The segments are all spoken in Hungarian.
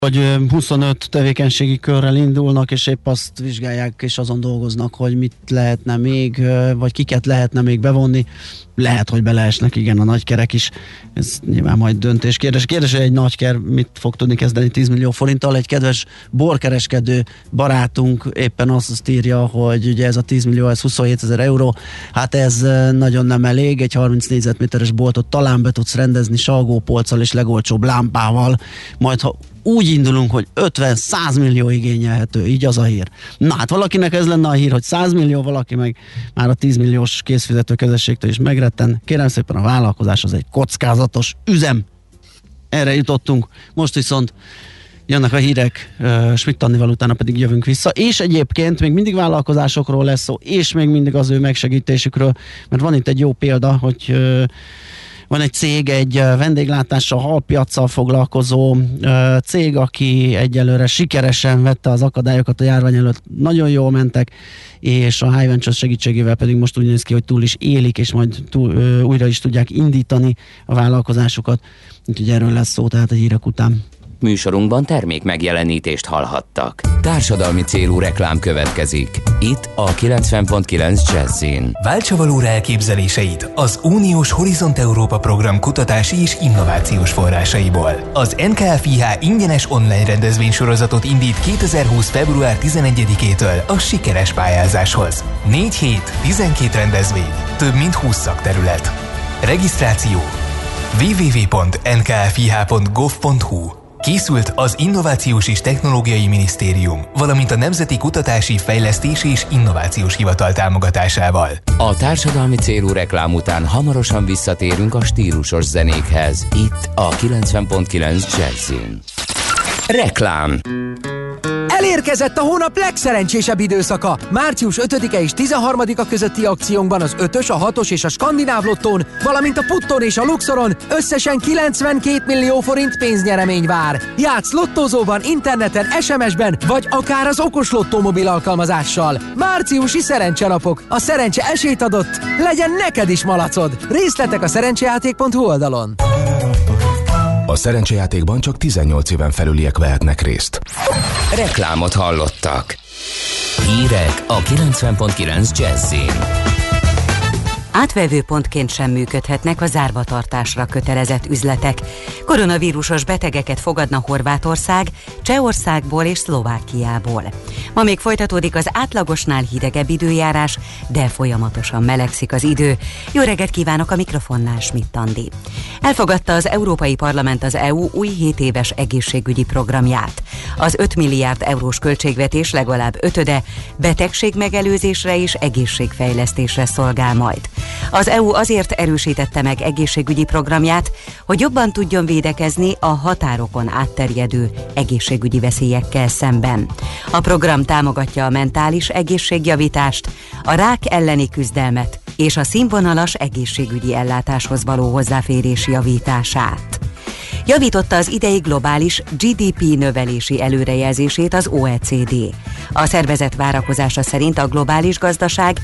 Hogy 25 tevékenységi körrel indulnak, és épp azt vizsgálják, és azon dolgoznak, hogy mit lehetne még, vagy kiket lehetne még bevonni. Lehet, hogy beleesnek, igen, a nagykerek is. Ez nyilván majd döntés kérdés. Kérdés, hogy egy nagyker mit fog tudni kezdeni 10 millió forinttal. Egy kedves borkereskedő barátunk éppen azt írja, hogy ugye ez a 10 millió, ez 27 000 euró. Hát ez nagyon nem elég. Egy 30 négyzetméteres boltot talán be tudsz rendezni salgópolccal és legolcsóbb lámpával. Majd ha úgy indulunk, hogy 50-100 millió igényelhető, így az a hír. Na hát valakinek ez lenne a hír, hogy 100 millió, valaki meg már a 10 milliós készfizető közösségtől is megretten. Kérem szépen, a vállalkozás az egy kockázatos üzem. Erre jutottunk. Most viszont jönnek a hírek, Schmidt Annival, utána pedig jövünk vissza, és egyébként még mindig vállalkozásokról lesz szó, és még mindig az ő megsegítésükről, mert van itt egy jó példa, hogy van egy cég, egy vendéglátással, halpiaccal foglalkozó cég, aki egyelőre sikeresen vette az akadályokat a járvány előtt, nagyon jól mentek, és a High Ventures segítségével pedig most úgy néz ki, hogy túl is élik, és majd újra is tudják indítani a vállalkozásukat. Úgyhogy erről lesz szó, tehát a hírek után. Műsorunkban termék megjelenítést hallhattak. Társadalmi célú reklám következik. Itt a 90.9 Jazzin. Váltsa valóra elképzeléseit az Uniós Horizont Európa program kutatási és innovációs forrásaiból. Az NKFIH ingyenes online rendezvénysorozatot indít 2020. február 11-től a sikeres pályázáshoz. 4 hét, 12 rendezvény, több mint 20 szakterület. Regisztráció www.nkfih.gov.hu. Készült az Innovációs és Technológiai Minisztérium, valamint a Nemzeti Kutatási, Fejlesztési és Innovációs Hivatal támogatásával. A társadalmi célú reklám után hamarosan visszatérünk a stílusos zenékhez. Itt a 90.9 Jazzin. Reklám. Elérkezett a hónap legszerencsésebb időszaka. Március 5-e és 13-a közötti akciónkban az 5-ös, a 6-os és a skandináv lottón, valamint a putton és a luxoron összesen 92 millió forint pénznyeremény vár. Játsz lottózóban, interneten, SMS-ben, vagy akár az okos lottó mobil alkalmazással. Márciusi szerencsenapok. A szerencse esélyt adott. Legyen neked is malacod. Részletek a szerencsejáték.hu oldalon. A szerencsejátékban csak 18 éven felüliek vehetnek részt. Reklámot hallottak. Hírek a 90.9 Jazzin. Átvevőpontként sem működhetnek a zárvatartásra kötelezett üzletek. Koronavírusos betegeket fogadna Horvátország, Csehországból és Szlovákiából. Ma még folytatódik az átlagosnál hidegebb időjárás, de folyamatosan melegszik az idő. Jó reggelt kívánok, a mikrofonnál Schmidt Andi. Elfogadta az Európai Parlament az EU új 7 éves egészségügyi programját. Az 5 milliárd eurós költségvetés legalább ötöde betegségmegelőzésre és egészségfejlesztésre szolgál majd. Az EU azért erősítette meg egészségügyi programját, hogy jobban tudjon védekezni a határokon átterjedő egészségügyi veszélyekkel szemben. A program támogatja a mentális egészségjavítást, a rák elleni küzdelmet és a színvonalas egészségügyi ellátáshoz való hozzáférés javítását. Javította az idei globális GDP növelési előrejelzését az OECD. A szervezet várakozása szerint a globális gazdaság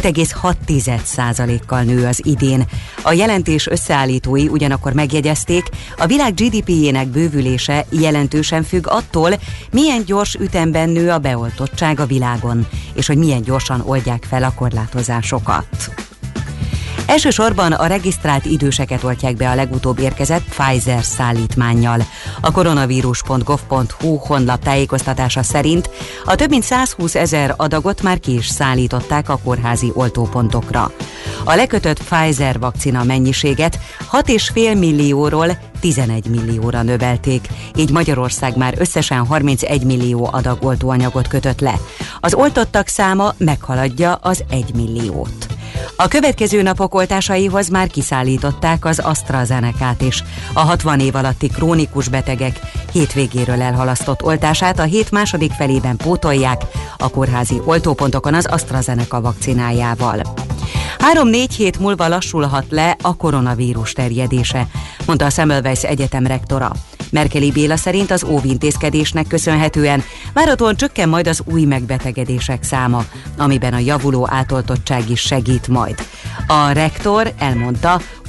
5,6%-kal nő az idén. A jelentés összeállítói ugyanakkor megjegyezték, a világ GDP-jének bővülése jelentősen függ attól, milyen gyors ütemben nő a beoltottság a világon, és hogy milyen gyorsan oldják fel a korlátozásokat. Elsősorban a regisztrált időseket oltják be a legutóbb érkezett Pfizer szállítmánnyal. A koronavírus.gov.hu honlap tájékoztatása szerint a több mint 120 000 adagot már ki is szállították a kórházi oltópontokra. A lekötött Pfizer vakcina mennyiséget 6,5 millióról 11 millióra növelték, így Magyarország már összesen 31 millió adag oltóanyagot kötött le. Az oltottak száma meghaladja az 1 milliót. A következő napok oltásaihoz már kiszállították az AstraZenecát is. A 60 év alatti krónikus betegek hétvégéről elhalasztott oltását a hét második felében pótolják a kórházi oltópontokon az AstraZeneca vakcinájával. 3-4 hét múlva lassulhat le a koronavírus terjedése, mondta a Semmelweis Egyetem rektora. Merkeli Béla szerint az óvintézkedésnek köszönhetően várhatóan csökken majd az új megbetegedések száma, amiben a javuló átoltottság is segít majd. A rektor elmondta,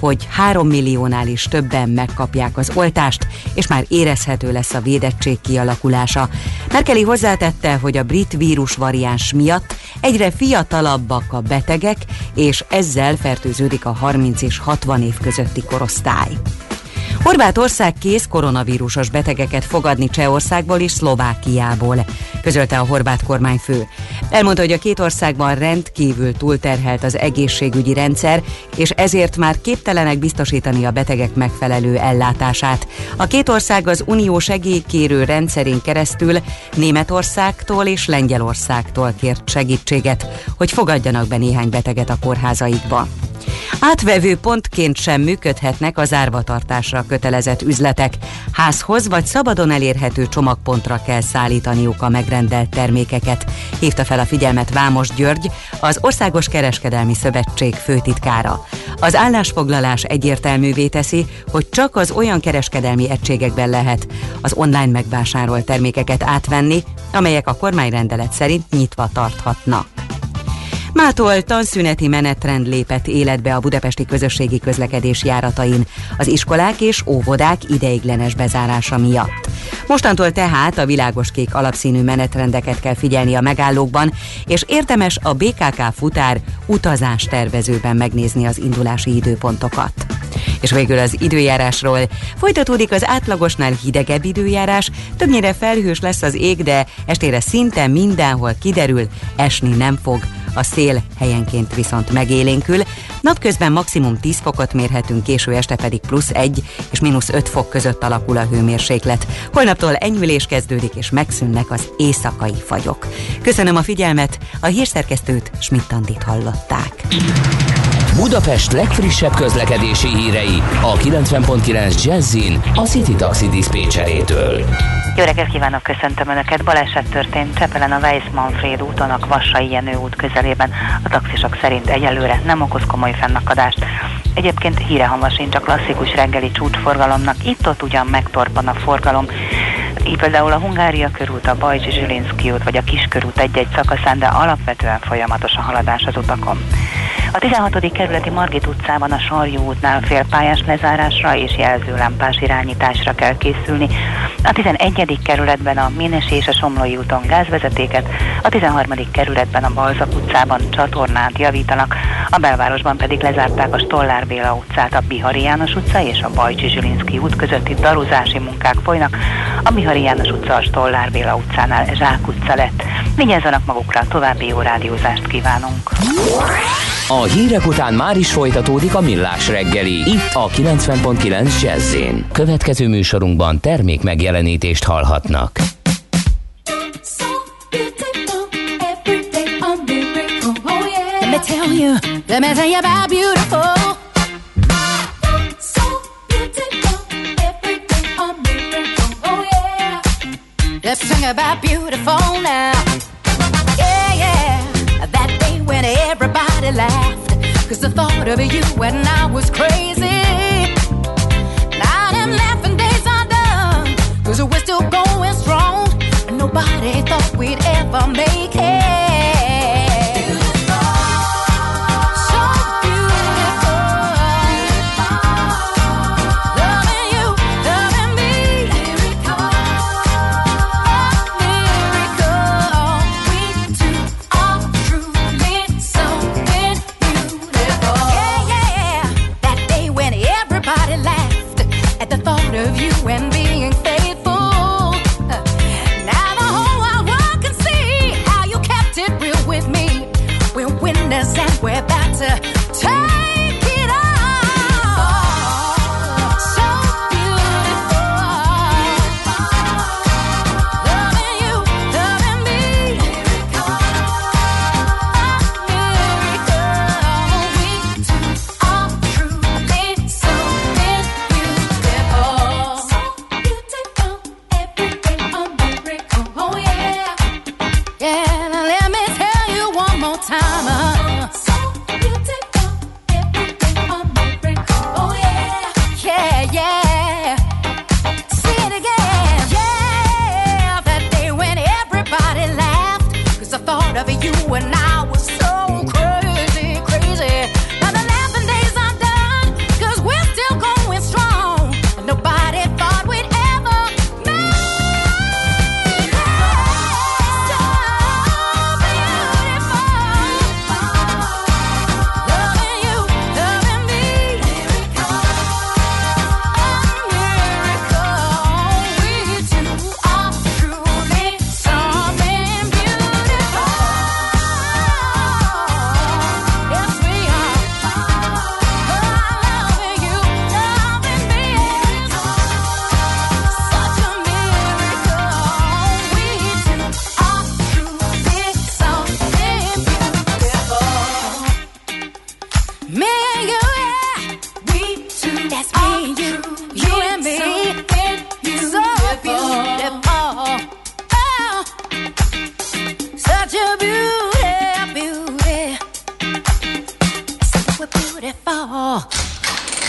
hogy 3 milliónál is többen megkapják az oltást, és már érezhető lesz a védettség kialakulása. Merkeli hozzátette, hogy a brit vírus variáns miatt egyre fiatalabbak a betegek, és ezzel fertőződik a 30 és 60 év közötti korosztály. Horvátország kész koronavírusos betegeket fogadni Csehországból és Szlovákiából, közölte a horvát kormányfő. Elmondta, hogy a két országban rendkívül túlterhelt az egészségügyi rendszer, és ezért már képtelenek biztosítani a betegek megfelelő ellátását. A két ország az unió segélykérő rendszerén keresztül Németországtól és Lengyelországtól kért segítséget, hogy fogadjanak be néhány beteget a kórházaikba. Átvevő pontként sem működhetnek a zárvatartásra kötelezett üzletek. Házhoz vagy szabadon elérhető csomagpontra kell szállítaniuk a megrendelt termékeket, hívta fel a figyelmet Vámos György, az Országos Kereskedelmi Szövetség főtitkára. Az állásfoglalás egyértelművé teszi, hogy csak az olyan kereskedelmi egységekben lehet az online megvásárolt termékeket átvenni, amelyek a kormányrendelet szerint nyitva tarthatnak. Mától tanszüneti menetrend lépett életbe a budapesti közösségi közlekedés járatain az iskolák és óvodák ideiglenes bezárása miatt. Mostantól tehát a világoskék alapszínű menetrendeket kell figyelni a megállókban, és érdemes a BKK futár utazás tervezőben megnézni az indulási időpontokat. És végül az időjárásról. Folytatódik az átlagosnál hidegebb időjárás, többnyire felhős lesz az ég, de estére szinte mindenhol kiderül, esni nem fog. A szél helyenként viszont megélénkül. Napközben maximum 10 fokot mérhetünk, késő este pedig +1 és -5 fok között alakul a hőmérséklet. Holnaptól enyhülés kezdődik, és megszűnnek az éjszakai fagyok. Köszönöm a figyelmet, a hírszerkesztőt, Schmidt-Andit hallották. Budapest legfrissebb közlekedési hírei a 90.9 Jazzin a City Taxi diszpécserétől. Jó reggelt kívánok, köszöntöm Önöket! Baleset történt Csepelen a Weiss-Manfréd úton, a Kvassai Jenő út közelében. A taxisok szerint egyelőre nem okoz komoly fennakadást. Egyébként hírehamva sincs a klasszikus reggeli csúcsforgalomnak, itt-ott ugyan megtorpan a forgalom. Így például a Hungária körút, a Bajcsy-Zsilinszky út vagy a Kiskörút egy-egy szakaszán, de alapvetően folyamatos a haladás az utakon. A 16. kerületi Margit utcában a Sarjú útnál félpályás lezárásra és jelzőlámpás irányításra kell készülni. A 11. kerületben a Ménesi és a Somlói úton gázvezetéket, a 13. kerületben a Balzak utcában csatornát javítanak, a belvárosban pedig lezárták a Stollár Béla utcát, a Bihari János utca és a Bajcsy-Zsilinszky út közötti daruzási munkák folynak. A Bihari János utca a Stollár Béla utcánál Zsák utca lett. Vigyázzanak magukra, további jó rádiózást kívánunk! A hírek után már is folytatódik a Millás reggeli, itt a 90.9 Jazz-in. Következő műsorunkban termék megjelenítést hallhatnak. Let me tell you about beautiful. So beautiful, everything a miracle, oh yeah. Let's sing about beautiful now. Yeah, yeah, that day when everybody laughed, 'cause the thought of you and I was crazy. Now them laughing days are done, 'cause we're still going strong, and nobody thought we'd ever make it. Of you and being faithful. Now the whole wide world can see how you kept it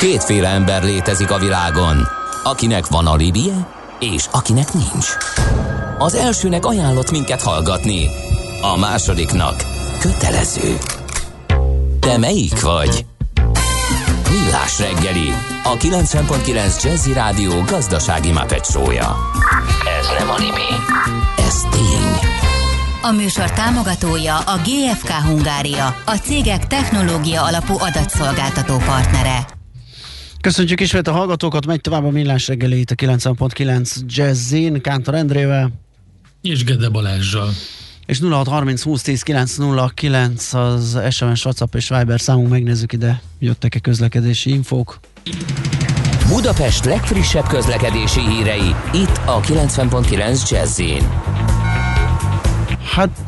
Kétféle ember létezik a világon, akinek van alibije, és akinek nincs. Az elsőnek ajánlott minket hallgatni, a másodiknak kötelező. Te melyik vagy? Millás reggeli, a 90.9 Jazzy Rádió gazdasági Muppet show-ja. Ez nem anime, ez tény. A műsor támogatója a GFK Hungária, a cégek technológia alapú adatszolgáltató partnere. Köszönjük ismét a hallgatókat, megy tovább a Millás reggeli itt a 90.9 Jazzin, Kántor Endrével. És Gede Balázsral. És 0630 az SMS, WhatsApp és Viber számunk, megnézzük ide, jöttek-e közlekedési infók. Budapest legfrissebb közlekedési hírei, itt a 90.9 Jazzin. Hát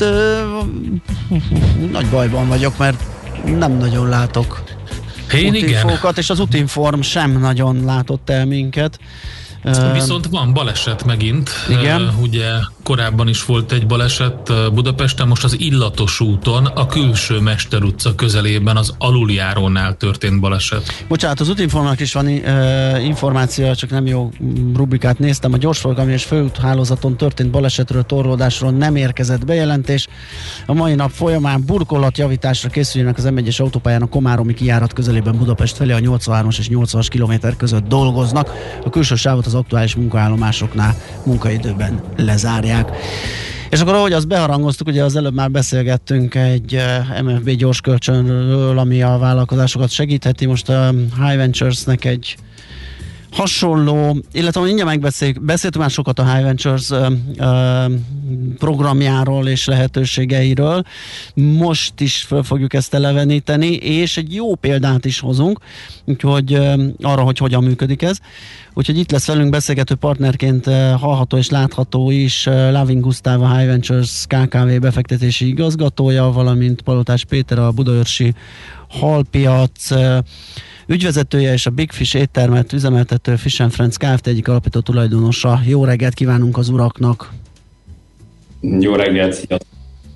nagy bajban vagyok, mert nem nagyon látok útinfókat, és az Útinform sem nagyon látott el minket. Viszont van baleset megint. Igen. Ugye korábban is volt egy baleset Budapesten, most az Illatos úton, a Külső Mester utca közelében, az aluljárónál történt baleset. Bocsánat, az Útinformnak is van információ, csak nem jó rubrikát néztem. A gyorsforgalmi és főúthálózaton történt balesetről, torlódásról nem érkezett bejelentés. A mai nap folyamán burkolatjavításra készüljenek az M1-es autópályán a komáromi kijárat közelében Budapest felé, a 83-as és 80-as kilométer között dolgoznak. A külső sávot az aktuális munkaállomásoknál munkaidőben lezárják. És akkor ahogy azt beharangoztuk, ugye az előbb már beszélgettünk egy MFB gyorskölcsönről, ami a vállalkozásokat segítheti. Most a High Ventures-nek egy hasonló, illetve mindjárt beszéltünk már sokat a High Ventures programjáról és lehetőségeiről. Most is fel fogjuk ezt eleveníteni, és egy jó példát is hozunk, úgyhogy arra, hogy hogyan működik ez. Úgyhogy itt lesz velünk beszélgető partnerként hallható és látható is Lavin Gusztáv, a High Ventures KKV befektetési igazgatója, valamint Palotás Péter, a budaörsi halpiac ügyvezetője és a Big Fish éttermet üzemeltető Fish & Friends Kft. Egyik alapító tulajdonosa. Jó reggelt kívánunk az uraknak! Jó reggelt, sziasztok!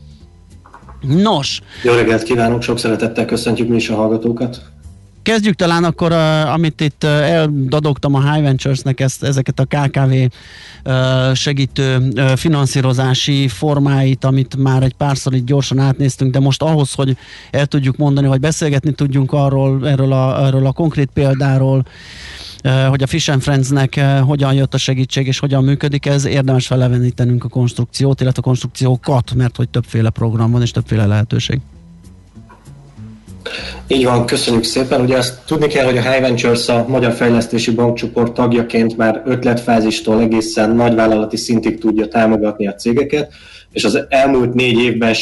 Nos! Jó reggelt kívánunk, sok szeretettel köszöntjük mi is a hallgatókat! Kezdjük talán akkor, amit itt eldadogtam a High Ventures-nek, ezeket a KKV segítő finanszírozási formáit, amit már egy párszor itt gyorsan átnéztünk, de most ahhoz, hogy el tudjuk mondani, vagy beszélgetni tudjunk erről a konkrét példáról, hogy a Fish & Friends-nek hogyan jött a segítség és hogyan működik ez, érdemes felevenítenünk a konstrukciót, illetve a konstrukciókat, mert hogy többféle program van és többféle lehetőség. Így van, köszönjük szépen. Ugye azt tudni kell, hogy a High Ventures a Magyar Fejlesztési Bankcsoport tagjaként már ötletfázistól egészen nagyvállalati szintig tudja támogatni a cégeket, és az elmúlt 4 évben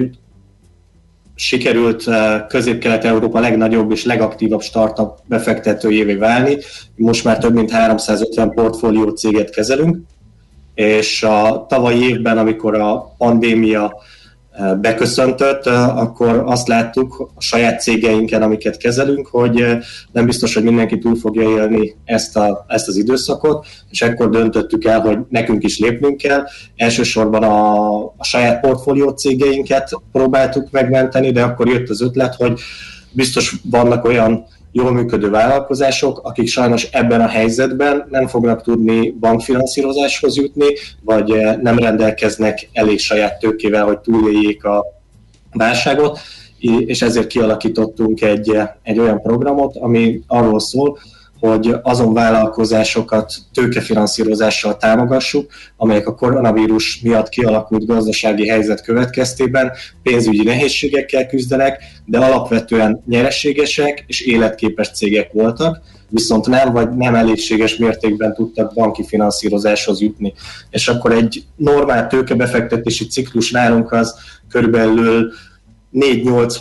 sikerült Közép-Kelet-Európa legnagyobb és legaktívabb startup befektetőjévé válni. Most már több mint 350 portfólió céget kezelünk, és a tavalyi évben, amikor a pandémia beköszöntött, akkor azt láttuk a saját cégeinken, amiket kezelünk, hogy nem biztos, hogy mindenki túl fogja élni ezt az időszakot, és ekkor döntöttük el, hogy nekünk is lépnünk kell. Elsősorban a saját portfólió cégeinket próbáltuk megmenteni, de akkor jött az ötlet, hogy biztos vannak olyan jól működő vállalkozások, akik sajnos ebben a helyzetben nem fognak tudni bankfinanszírozáshoz jutni, vagy nem rendelkeznek elég saját tőkével, hogy túléljék a válságot, és ezért kialakítottunk egy olyan programot, ami arról szól, hogy azon vállalkozásokat tőkefinanszírozással támogassuk, amelyek a koronavírus miatt kialakult gazdasági helyzet következtében pénzügyi nehézségekkel küzdenek, de alapvetően nyereségesek és életképes cégek voltak, viszont nem elégséges mértékben tudtak banki finanszírozáshoz jutni. És akkor egy normál tőkebefektetési ciklus nálunk az körülbelül 4-8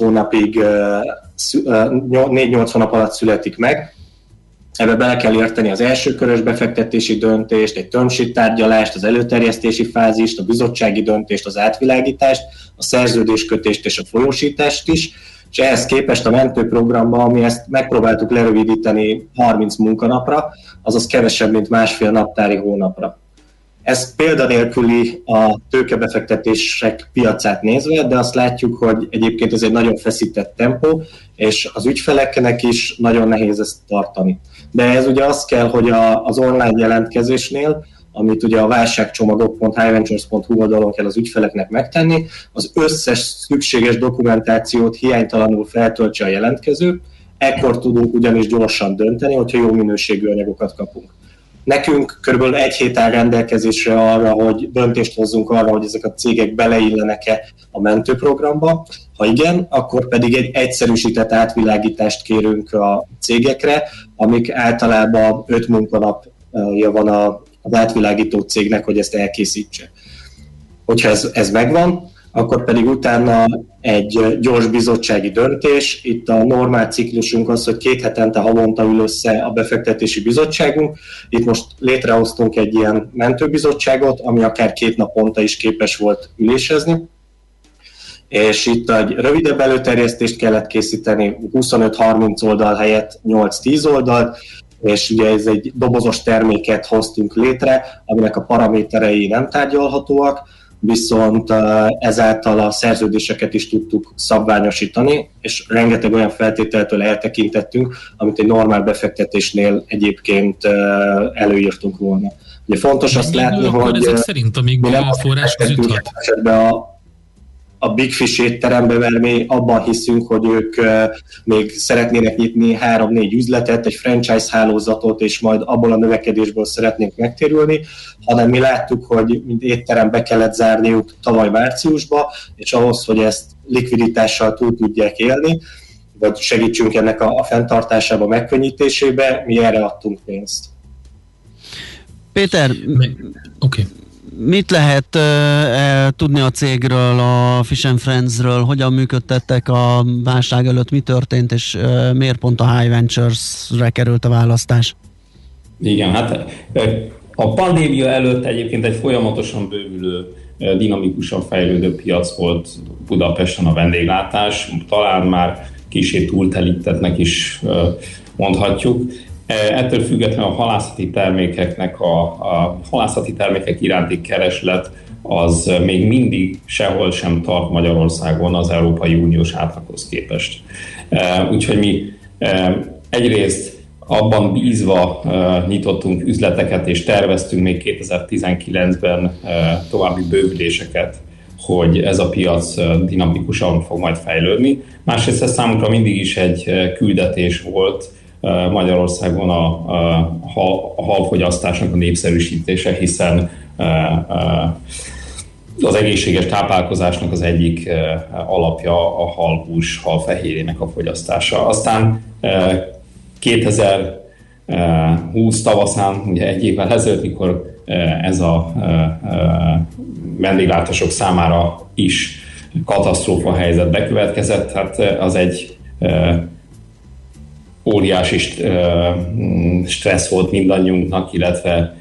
hónap alatt születik meg. Ebbe bele kell érteni az első körös befektetési döntést, egy term sheet tárgyalást, az előterjesztési fázist, a bizottsági döntést, az átvilágítást, a szerződéskötést és a folyósítást is, és ehhez képest a mentőprogramban, ami ezt megpróbáltuk lerövidíteni 30 munkanapra, azaz kevesebb, mint 1,5 naptári hónapra. Ez példanélküli a tőkebefektetések piacát nézve, de azt látjuk, hogy egyébként ez egy nagyon feszített tempó, és az ügyfeleknek is nagyon nehéz ezt tartani. De ez ugye az kell, hogy az online jelentkezésnél, amit ugye a válságcsomagok.hiveventures.hu oldalon kell az ügyfeleknek megtenni, az összes szükséges dokumentációt hiánytalanul feltöltse a jelentkező, ekkor tudunk ugyanis gyorsan dönteni, hogyha jó minőségű anyagokat kapunk. Nekünk körülbelül 1 hét áll rendelkezésre arra, hogy döntést hozzunk arra, hogy ezek a cégek beleillenek-e a mentőprogramba. Ha igen, akkor pedig egy egyszerűsített átvilágítást kérünk a cégekre, amik általában 5 munkanapja van az átvilágító cégnek, hogy ezt elkészítse. Hogyha ez megvan, akkor pedig utána egy gyors bizottsági döntés. Itt a normál ciklusunk az, hogy 2 hetente havonta ül össze a befektetési bizottságunk. Itt most létrehoztunk egy ilyen mentőbizottságot, ami akár 2 naponta is képes volt ülésezni. És itt egy rövidebb előterjesztést kellett készíteni, 25-30 oldal helyett 8-10 oldalt, és ugye ez egy dobozos terméket hoztunk létre, aminek a paraméterei nem tárgyalhatóak, viszont ezáltal a szerződéseket is tudtuk szabványosítani, és rengeteg olyan feltételtől eltekintettünk, amit egy normál befektetésnél egyébként előírtunk volna. Ugye fontos azt látni, hogy ezek szerint, amíg a forrás juthat? A Big Fish étterembe, mert mi abban hiszünk, hogy ők még szeretnének nyitni 3-4 üzletet, egy franchise hálózatot, és majd abból a növekedésből szeretnénk megtérülni, hanem mi láttuk, hogy mint étterembe kellett zárniuk tavaly márciusba, és ahhoz, hogy ezt likviditással túl tudják élni, vagy segítsünk ennek a fenntartásába, megkönnyítésébe, mi erre adtunk pénzt. Péter, okay. Mit lehet tudni a cégről, a Fish & Friendsről, hogyan működtettek a válság előtt, mi történt, és miért pont a Hive Ventures-re került a választás? Igen, hát a pandémia előtt egyébként egy folyamatosan bővülő, dinamikusan fejlődő piac volt Budapesten a vendéglátás, talán már kicsit túltelítettnek is mondhatjuk. Ettől függetlenül a halászati termékeknek a halászati termékek iránti kereslet az még mindig sehol sem tart Magyarországon az Európai Uniós átlaghoz képest. Úgyhogy mi egyrészt abban bízva nyitottunk üzleteket és terveztünk még 2019-ben további bővüléseket, hogy ez a piac dinamikusan fog majd fejlődni. Másrészt ez számunkra mindig is egy küldetés volt, Magyarországon a halfogyasztásnak a népszerűsítése, hiszen az egészséges táplálkozásnak az egyik alapja a halhús, halfehérjének a fogyasztása. Aztán 2020 tavaszán, ugye 1 évvel ezelőtt, mikor ez a vendéglátások számára is katasztrófa helyzet bekövetkezett, hát az egy óriási stressz volt mindannyiunknak, illetve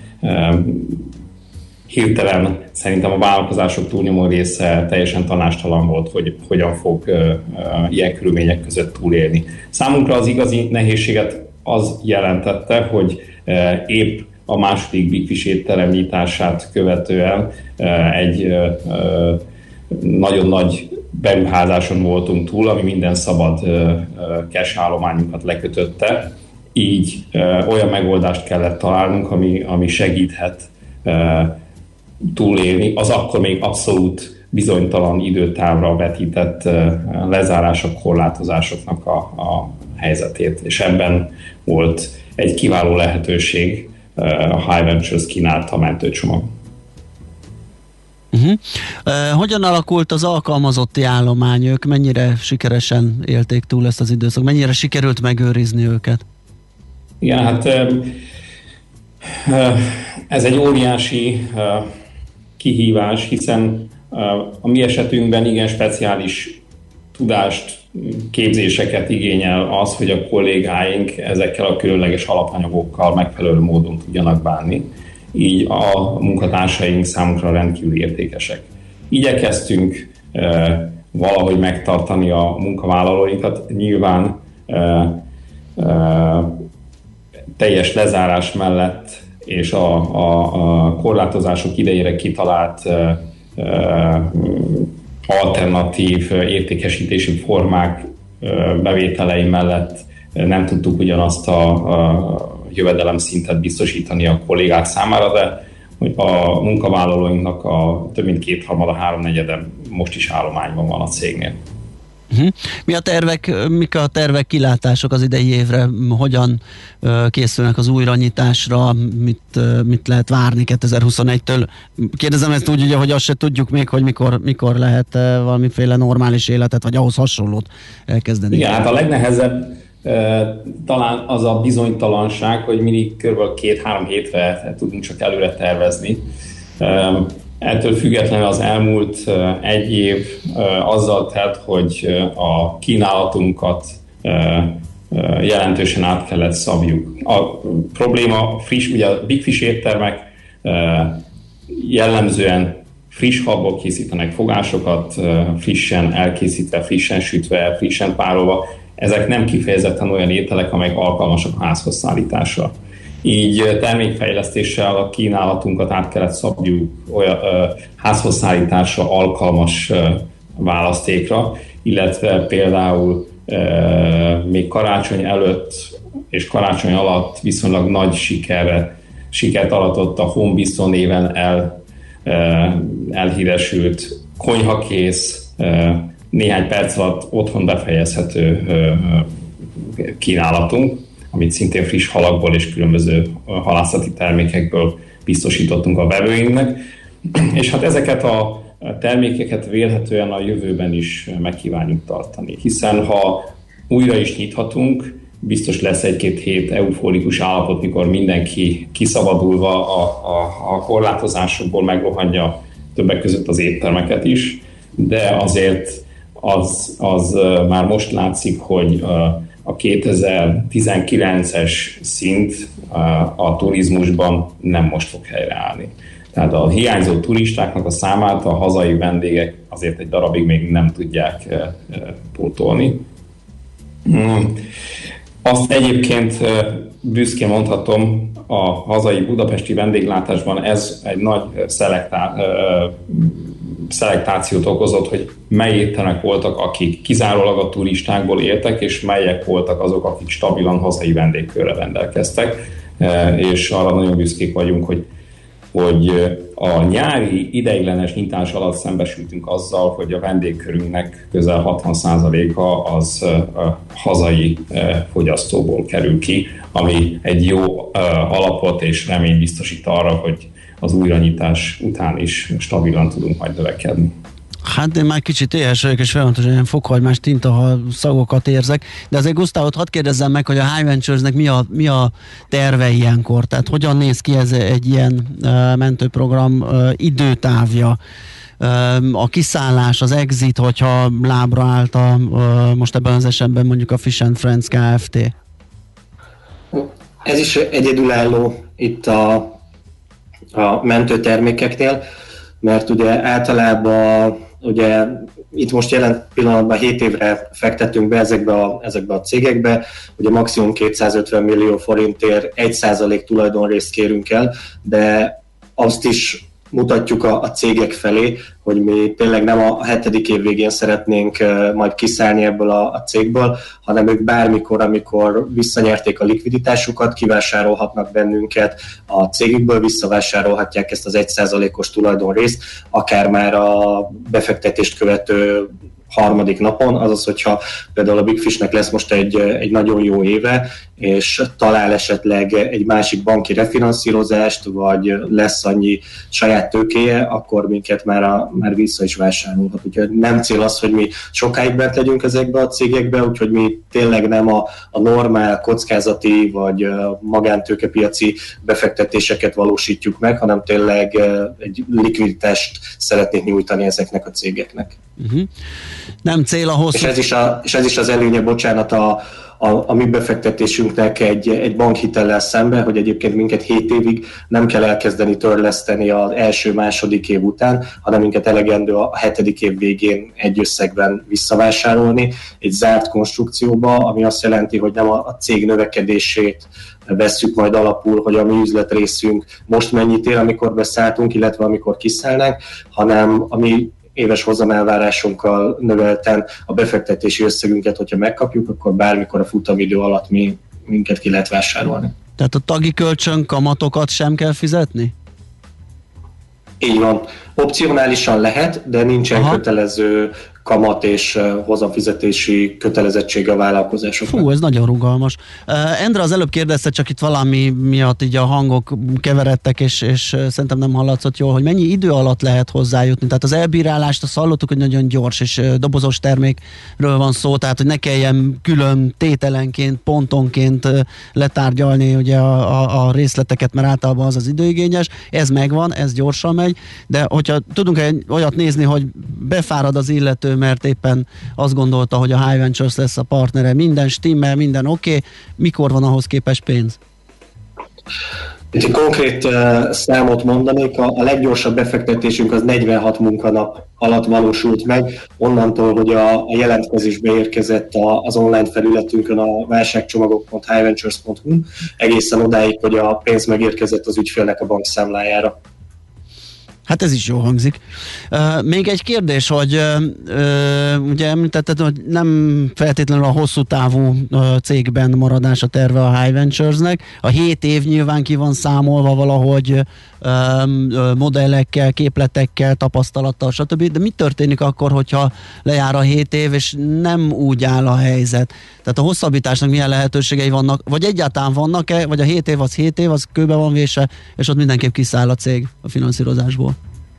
hirtelen szerintem a vállalkozások túlnyomó része teljesen tanástalan volt, hogy hogyan fog ilyen körülmények között túlélni. Számunkra az igazi nehézséget az jelentette, hogy épp a második Big Fish étterem nyitását követően egy nagyon nagy beruházáson voltunk túl, ami minden szabad cash állományunkat lekötötte. Így olyan megoldást kellett találnunk, ami segíthet túlélni az akkor még abszolút bizonytalan időtávra vetített lezárások, korlátozásoknak a helyzetét. És ebben volt egy kiváló lehetőség, a Hive Ventures kínálta a mentőcsomag. Hogyan alakult az alkalmazotti állomány? Ők mennyire sikeresen élték túl ezt az időszak? Mennyire sikerült megőrizni őket? Igen, hát ez egy óriási kihívás, hiszen a mi esetünkben igen speciális tudást, képzéseket igényel az, hogy a kollégáink ezekkel a különleges alapanyagokkal megfelelő módon tudjanak bánni. Így a munkatársaink számunkra rendkívül értékesek. Igyekeztünk valahogy megtartani a munkavállalóinkat. Nyilván teljes lezárás mellett és a korlátozások idejére kitalált alternatív értékesítési formák bevételei mellett nem tudtuk ugyanazt a jövedelemszintet biztosítani a kollégák számára, de a munkavállalóinknak a több mint kétharmada, háromnegyede most is állományban van a cégnél. Mik a tervek, kilátások az idei évre? Hogyan készülnek az újranyitásra? Mit lehet várni 2021-től? Kérdezem ezt úgy, ugye, hogy azt se tudjuk még, hogy mikor lehet valamiféle normális életet, vagy ahhoz hasonlót elkezdeni. Igen, hát a legnehezebb talán az a bizonytalanság, hogy mindig kb. 2-3 hétre tudunk csak előre tervezni. Ettől függetlenül az elmúlt egy év azzal telt, hogy a kínálatunkat jelentősen át kellett szabjuk. A probléma friss, ugye a Big Fish éttermek jellemzően friss habból készítenek fogásokat, frissen elkészítve, frissen sütve, frissen párolva. Ezek nem kifejezetten olyan ételek, amelyek alkalmasak a házhoz szállításra. Így termékfejlesztéssel a kínálatunkat át kellett szabjuk olyan házhoz szállításra alkalmas választékra, illetve például még karácsony előtt és karácsony alatt viszonylag nagy sikert aratott a Home Bistro néven elhíresült konyhakész, néhány perc alatt otthon befejezhető kínálatunk, amit szintén friss halakból és különböző halászati termékekből biztosítottunk a vevőinknek. És hát ezeket a termékeket vélhetően a jövőben is megkívánjuk tartani, hiszen ha újra is nyithatunk, biztos lesz egy-két hét eufórikus állapot, mikor mindenki kiszabadulva a korlátozásokból megrohanja többek között az éttermeket is, de azért az már most látszik, hogy a 2019-es szint a turizmusban nem most fog helyreállni. Tehát a hiányzó turistáknak a számát a hazai vendégek azért egy darabig még nem tudják pótolni. Azt egyébként büszkén mondhatom, a hazai budapesti vendéglátásban ez egy nagy szelektációt okozott, hogy mely éttermek voltak, akik kizárólag a turistákból éltek, és melyek voltak azok, akik stabilan hazai vendégkörrel rendelkeztek, és arra nagyon büszkék vagyunk, hogy a nyári ideiglenes nyitás alatt szembesültünk azzal, hogy a vendégkörünknek közel 60%-a az hazai fogyasztóból kerül ki, ami egy jó alapot és reményt biztosít arra, hogy az újranyitás után is stabilan tudunk majd növekedni. Hát én már kicsit éhes vagyok, és folyamatosan ilyen fokhagymás tintahal szagokat érzek, de azért Gusztávot hadd kérdezzem meg, hogy a High Ventures-nek mi a terve ilyenkor? Tehát hogyan néz ki ez egy ilyen mentőprogram időtávja? A kiszállás, az exit, hogyha lábra állt most ebben az esetben mondjuk a Fish and Friends Kft. Ez is egyedülálló itt a mentőtermékeknél, mert ugye általában ugye itt most jelen pillanatban 7 évre fektettünk be ezekbe a cégekbe, ugye maximum 250 millió forintért 1% tulajdonrészt kérünk el, de azt is mutatjuk a cégek felé, hogy mi tényleg nem a 7. év végén szeretnénk majd kiszállni ebből a cégből, hanem ők bármikor, amikor visszanyerték a likviditásukat, kivásárolhatnak bennünket, a cégükből visszavásárolhatják ezt az 1%-os tulajdonrészt, akár már a befektetést követő harmadik napon, azaz, hogyha például a Big Fishnek lesz most egy nagyon jó éve, és talál esetleg egy másik banki refinanszírozást, vagy lesz annyi saját tőkéje, akkor minket már vissza is vásárolhat. Úgyhogy nem cél az, hogy mi sokáig bent legyünk ezekbe a cégekbe, úgyhogy mi tényleg nem a normál kockázati vagy magántőkepiaci befektetéseket valósítjuk meg, hanem tényleg egy likviditást szeretnénk nyújtani ezeknek a cégeknek. Nem cél a hosszú... És ez is az előnye, bocsánat, a mi befektetésünknek egy bankhitellel szemben, hogy egyébként minket 7 évig nem kell elkezdeni törleszteni az első-második év után, hanem minket elegendő a 7. év végén egy összegben visszavásárolni, egy zárt konstrukcióba, ami azt jelenti, hogy nem a cég növekedését vesszük majd alapul, hogy a mi üzletrészünk most mennyit ér, amikor beszálltunk, illetve amikor kiszállnánk, hanem a mi éves hozamelvárásunkkal növelten a befektetési összegünket, hogyha megkapjuk, akkor bármikor a futamidő alatt minket ki lehet vásárolni. Tehát a tagi kölcsön kamatokat sem kell fizetni? Így van. Opcionálisan lehet, de nincsen kötelező kamat és hozamfizetési kötelezettsége a vállalkozásoknak. Fú, ez nagyon rugalmas. Endre az előbb kérdezte, csak itt valami miatt így a hangok keveredtek, és szerintem nem hallatszott jól, hogy mennyi idő alatt lehet hozzájutni. Tehát az elbírálást azt hallottuk, hogy nagyon gyors, és dobozos termékről van szó, tehát hogy ne kelljen külön tételenként, pontonként letárgyalni ugye a részleteket, mert általában az időigényes. Ez megvan, ez gyorsan megy, de hogyha tudunk olyat nézni, hogy befárad az illető, mert éppen azt gondolta, hogy a High Ventures lesz a partnere, minden stimmel, minden oké. Mikor van ahhoz képest pénz? Itt egy konkrét számot mondanék, a leggyorsabb befektetésünk az 46 munkanap alatt valósult meg, onnantól, hogy a jelentkezés beérkezett az online felületünkön a válságcsomagok.highventures.hu, egészen odáig, hogy a pénz megérkezett az ügyfélnek a bankszámlájára. Hát ez is jól hangzik. Még egy kérdés, hogy ugye említetted, hogy nem feltétlenül a hosszú távú cégben maradás a terve a High Ventures-nek. A 7 év nyilván ki van számolva valahogy modellekkel, képletekkel, tapasztalattal, stb. De mi történik akkor, hogyha lejár a 7 év, és nem úgy áll a helyzet? Tehát a hosszabbításnak milyen lehetőségei vannak, vagy egyáltalán vannak-e, vagy a 7 év az 7 év, az kőbe van vése, és ott mindenképp kiszáll a cég a finanszírozásból?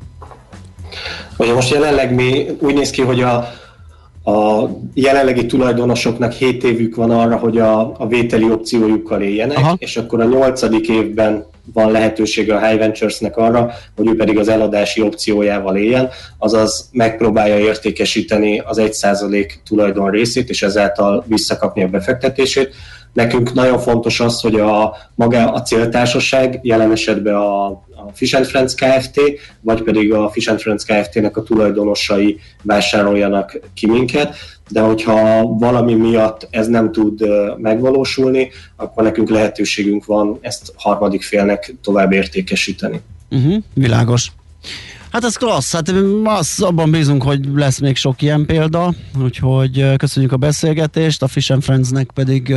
Ugye most jelenleg úgy néz ki, hogy a jelenlegi tulajdonosoknak 7 évük van arra, hogy a vételi opciójukkal éljenek, és akkor a 8. évben van lehetősége a High Ventures-nek arra, hogy ő pedig az eladási opciójával éljen, azaz megpróbálja értékesíteni az 1% tulajdon részét, és ezáltal visszakapni a befektetését. Nekünk nagyon fontos az, hogy maga a céltársaság, jelen esetben a Fish & Friends Kft., vagy pedig a Fish & Friends Kft.-nek a tulajdonosai vásároljanak ki minket, de hogyha valami miatt ez nem tud megvalósulni, akkor nekünk lehetőségünk van ezt harmadik félnek tovább értékesíteni. Világos. Hát ez klassz, hát abban bízunk, hogy lesz még sok ilyen példa, úgyhogy köszönjük a beszélgetést, a Fish & Friends-nek pedig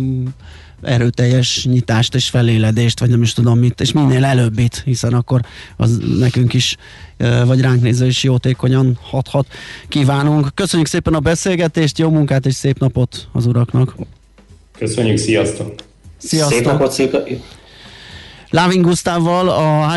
erőteljes nyitást és feléledést, vagy nem is tudom mit, és minél előbbit, hiszen akkor az nekünk is, vagy ránk nézve is jótékonyan hathat. Kívánunk. Köszönjük szépen a beszélgetést, jó munkát és szép napot az uraknak. Köszönjük, sziasztok! Sziasztok! Szép napot, Lávin Gusztávval, a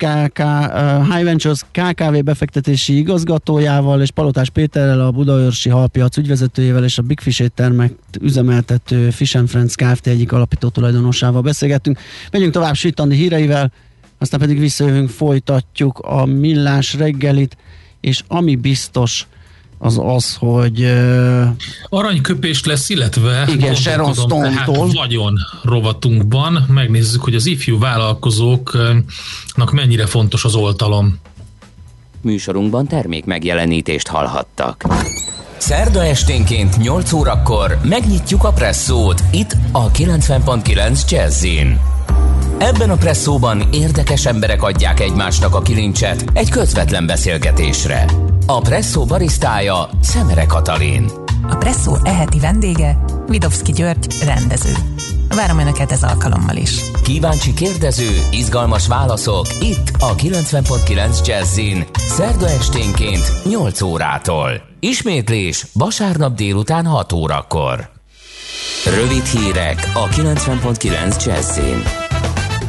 High Ventures KKV befektetési igazgatójával és Palotás Péterrel, a Budaörsi Halpiac ügyvezetőjével és a Big Fish éttermet üzemeltető Fish & Friends Kft. Egyik alapító tulajdonosával beszélgettünk. Megyünk tovább Süttandi híreivel, aztán pedig visszajövünk, folytatjuk a Millás reggelit, és ami biztos az, hogy aranyköpés lesz, illetve igen, Sharon Stone-tól vagyon rovatunkban megnézzük, hogy az ifjú vállalkozóknak mennyire fontos az oltalom. Műsorunkban termék megjelenítést hallhattak. Szerda esténként 8 órakor megnyitjuk a presszót itt a 90.9 Jazzin. Ebben a presszóban érdekes emberek adják egymásnak a kilincset egy közvetlen beszélgetésre. A presszó barisztája Szemere Katalin. A presszó eheti vendége Vidovszki György, rendező. Várom Önöket ez alkalommal is. Kíváncsi kérdező, izgalmas válaszok itt a 90.9 Jazzin szerda esténként 8 órától. Ismétlés vasárnap délután 6 órakor. Rövid hírek a 90.9 Jazzin.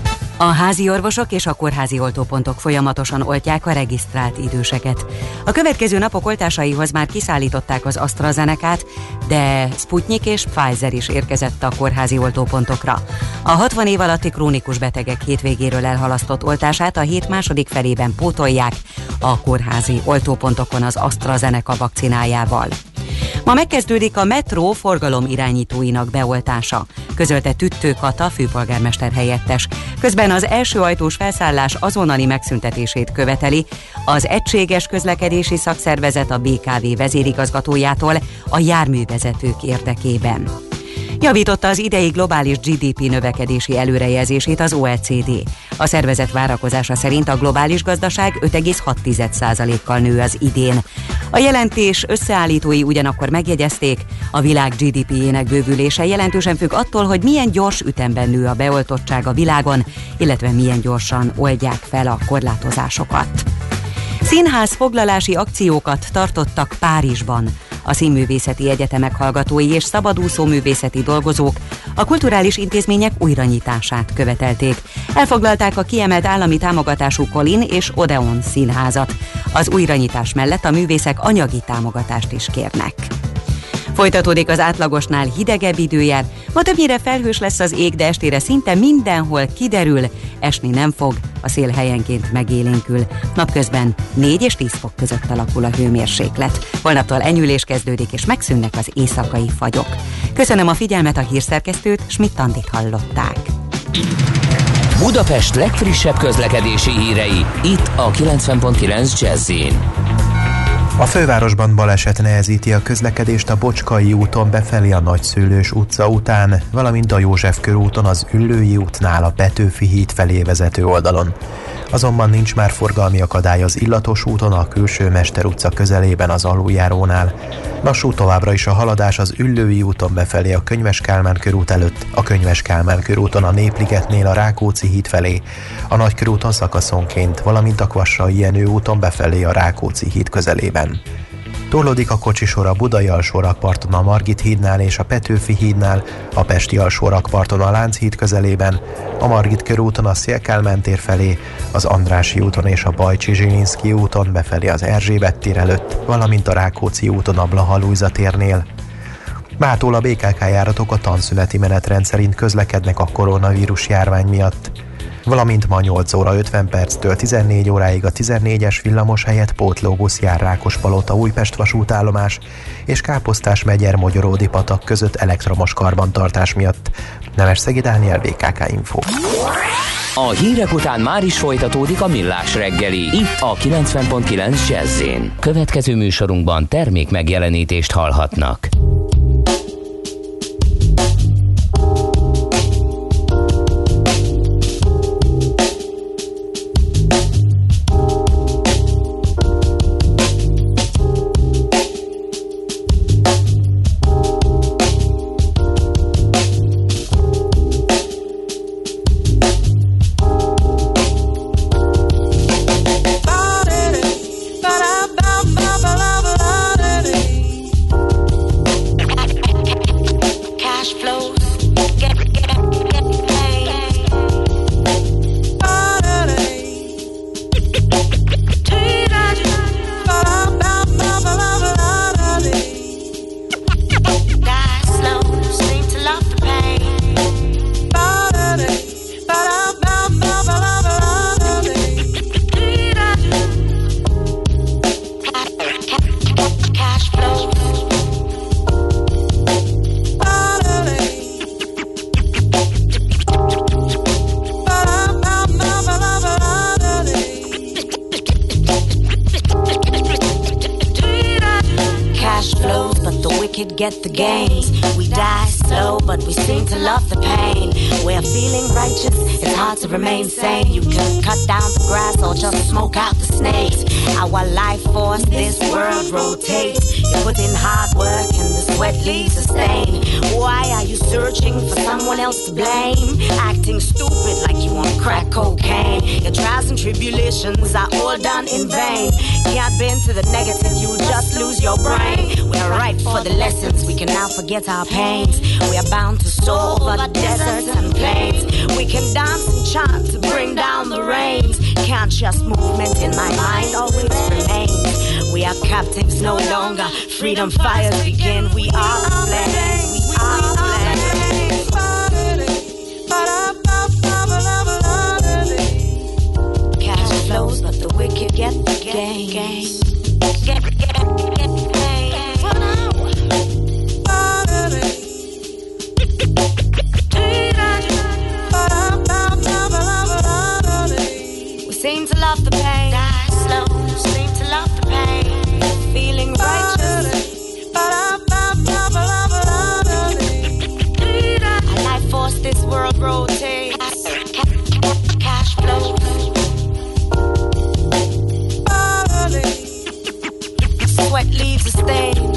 A házi orvosok és a kórházi oltópontok folyamatosan oltják a regisztrált időseket. A következő napok oltásaihoz már kiszállították az AstraZenecát, de Sputnik és Pfizer is érkezett a kórházi oltópontokra. A 60 év alatti krónikus betegek hétvégéről elhalasztott oltását a hét második felében pótolják a kórházi oltópontokon az AstraZeneca vakcinájával. Ma megkezdődik a metró forgalomirányítóinak beoltása, közölte Tüttő Kata főpolgármester helyettes. Közben az első ajtós felszállás azonnali megszüntetését követeli az Egységes Közlekedési Szakszervezet a BKV vezérigazgatójától a járművezetők érdekében. Javította az idei globális GDP növekedési előrejelzését az OECD. A szervezet várakozása szerint a globális gazdaság 5,6%-kal nő az idén. A jelentés összeállítói ugyanakkor megjegyezték, a világ GDP-jének bővülése jelentősen függ attól, hogy milyen gyors ütemben nő a beoltottság a világon, illetve milyen gyorsan oldják fel a korlátozásokat. Színház foglalási akciókat tartottak Párizsban. A színművészeti egyetemek hallgatói és szabadúszó művészeti dolgozók a kulturális intézmények újranyitását követelték. Elfoglalták a kiemelt állami támogatású Colin és Odeon színházat. Az újranyitás mellett a művészek anyagi támogatást is kérnek. Folytatódik az átlagosnál hidegebb időjár, ma többnyire felhős lesz az ég, de estére szinte mindenhol kiderül, esni nem fog, a szél helyenként megélénkül. Napközben 4 és 10 fok között alakul a hőmérséklet. Holnaptól enyhülés kezdődik és megszűnnek az éjszakai fagyok. Köszönöm a figyelmet, a hírszerkesztőt, Schmidt-Andit hallották. Budapest legfrissebb közlekedési hírei, itt a 90.9 Jazz-in. A fővárosban baleset nehezíti a közlekedést a Bocskai úton befelé a Nagyszőlős utca után, valamint a József körúton az Üllői útnál a Petőfi híd felé vezető oldalon. Azonban nincs már forgalmi akadály az Illatos úton a Külső Mester utca közelében az aluljárónál. Lassú továbbra is a haladás az Üllői úton befelé a Könyves Kálmán körút előtt, a Könyves Kálmán körúton a Népligetnél a Rákóczi híd felé, a Nagykörúton szakaszonként, valamint a Kvassai Jenő úton befelé a Rákóczi híd közelében. Torlódik a kocsisor a Budai alsórakparton a Margit hídnál és a Petőfi hídnál, a Pesti alsórakparton a Lánchíd közelében, a Margit körúton a Széll-Kálmán tér felé, az Andrássy úton és a Bajcsy-Zsilinszky úton befelé az Erzsébet tér előtt, valamint a Rákóczi úton a Blaha-Lujza térnél. Mától a BKK járatok a tanszüneti menetrend szerint közlekednek a koronavírus járvány miatt. Valamint ma 8 óra 50 perctől 14 óráig a 14-es villamos helyett pótlóbusz jár Rákospalota Újpest vasútállomás és Káposztás megyer Mogyoródi patak között elektromos karbantartás miatt. Nemesszegi Dániel, BKK Info. A hírek után már is folytatódik a Millás reggeli, itt a 90.9 Jazz-in. Következő műsorunkban termék megjelenítést hallhatnak. Get the gains. We die slow, but we seem to love the pain. We're feeling righteous, it's hard to remain sane. You can cut down the grass or just smoke out the snakes. Our life force, this world rotates. You put in hard work and the sweat leaves a stain. Why are you searching for someone else to blame? Acting stupid like you on crack cocaine. Your trials and tribulations are all done in vain. Can't bend to the negative, you'll just lose your brain. We're right for the lessons, we can now forget our pains. We are bound to soar over the deserts and plains. We can dance and chant to bring down the rains. Conscious movement in my mind always remains. We are captives no longer. Freedom fires begin. We are the flames. We are the flames. Cash flows, but the wicked get the gain. Get the gain. We seem to love the pain. Die slow, seem to love the pain. Feeling righteous. A life force, this world rotates. Cash flows. Sweat leaves a stain.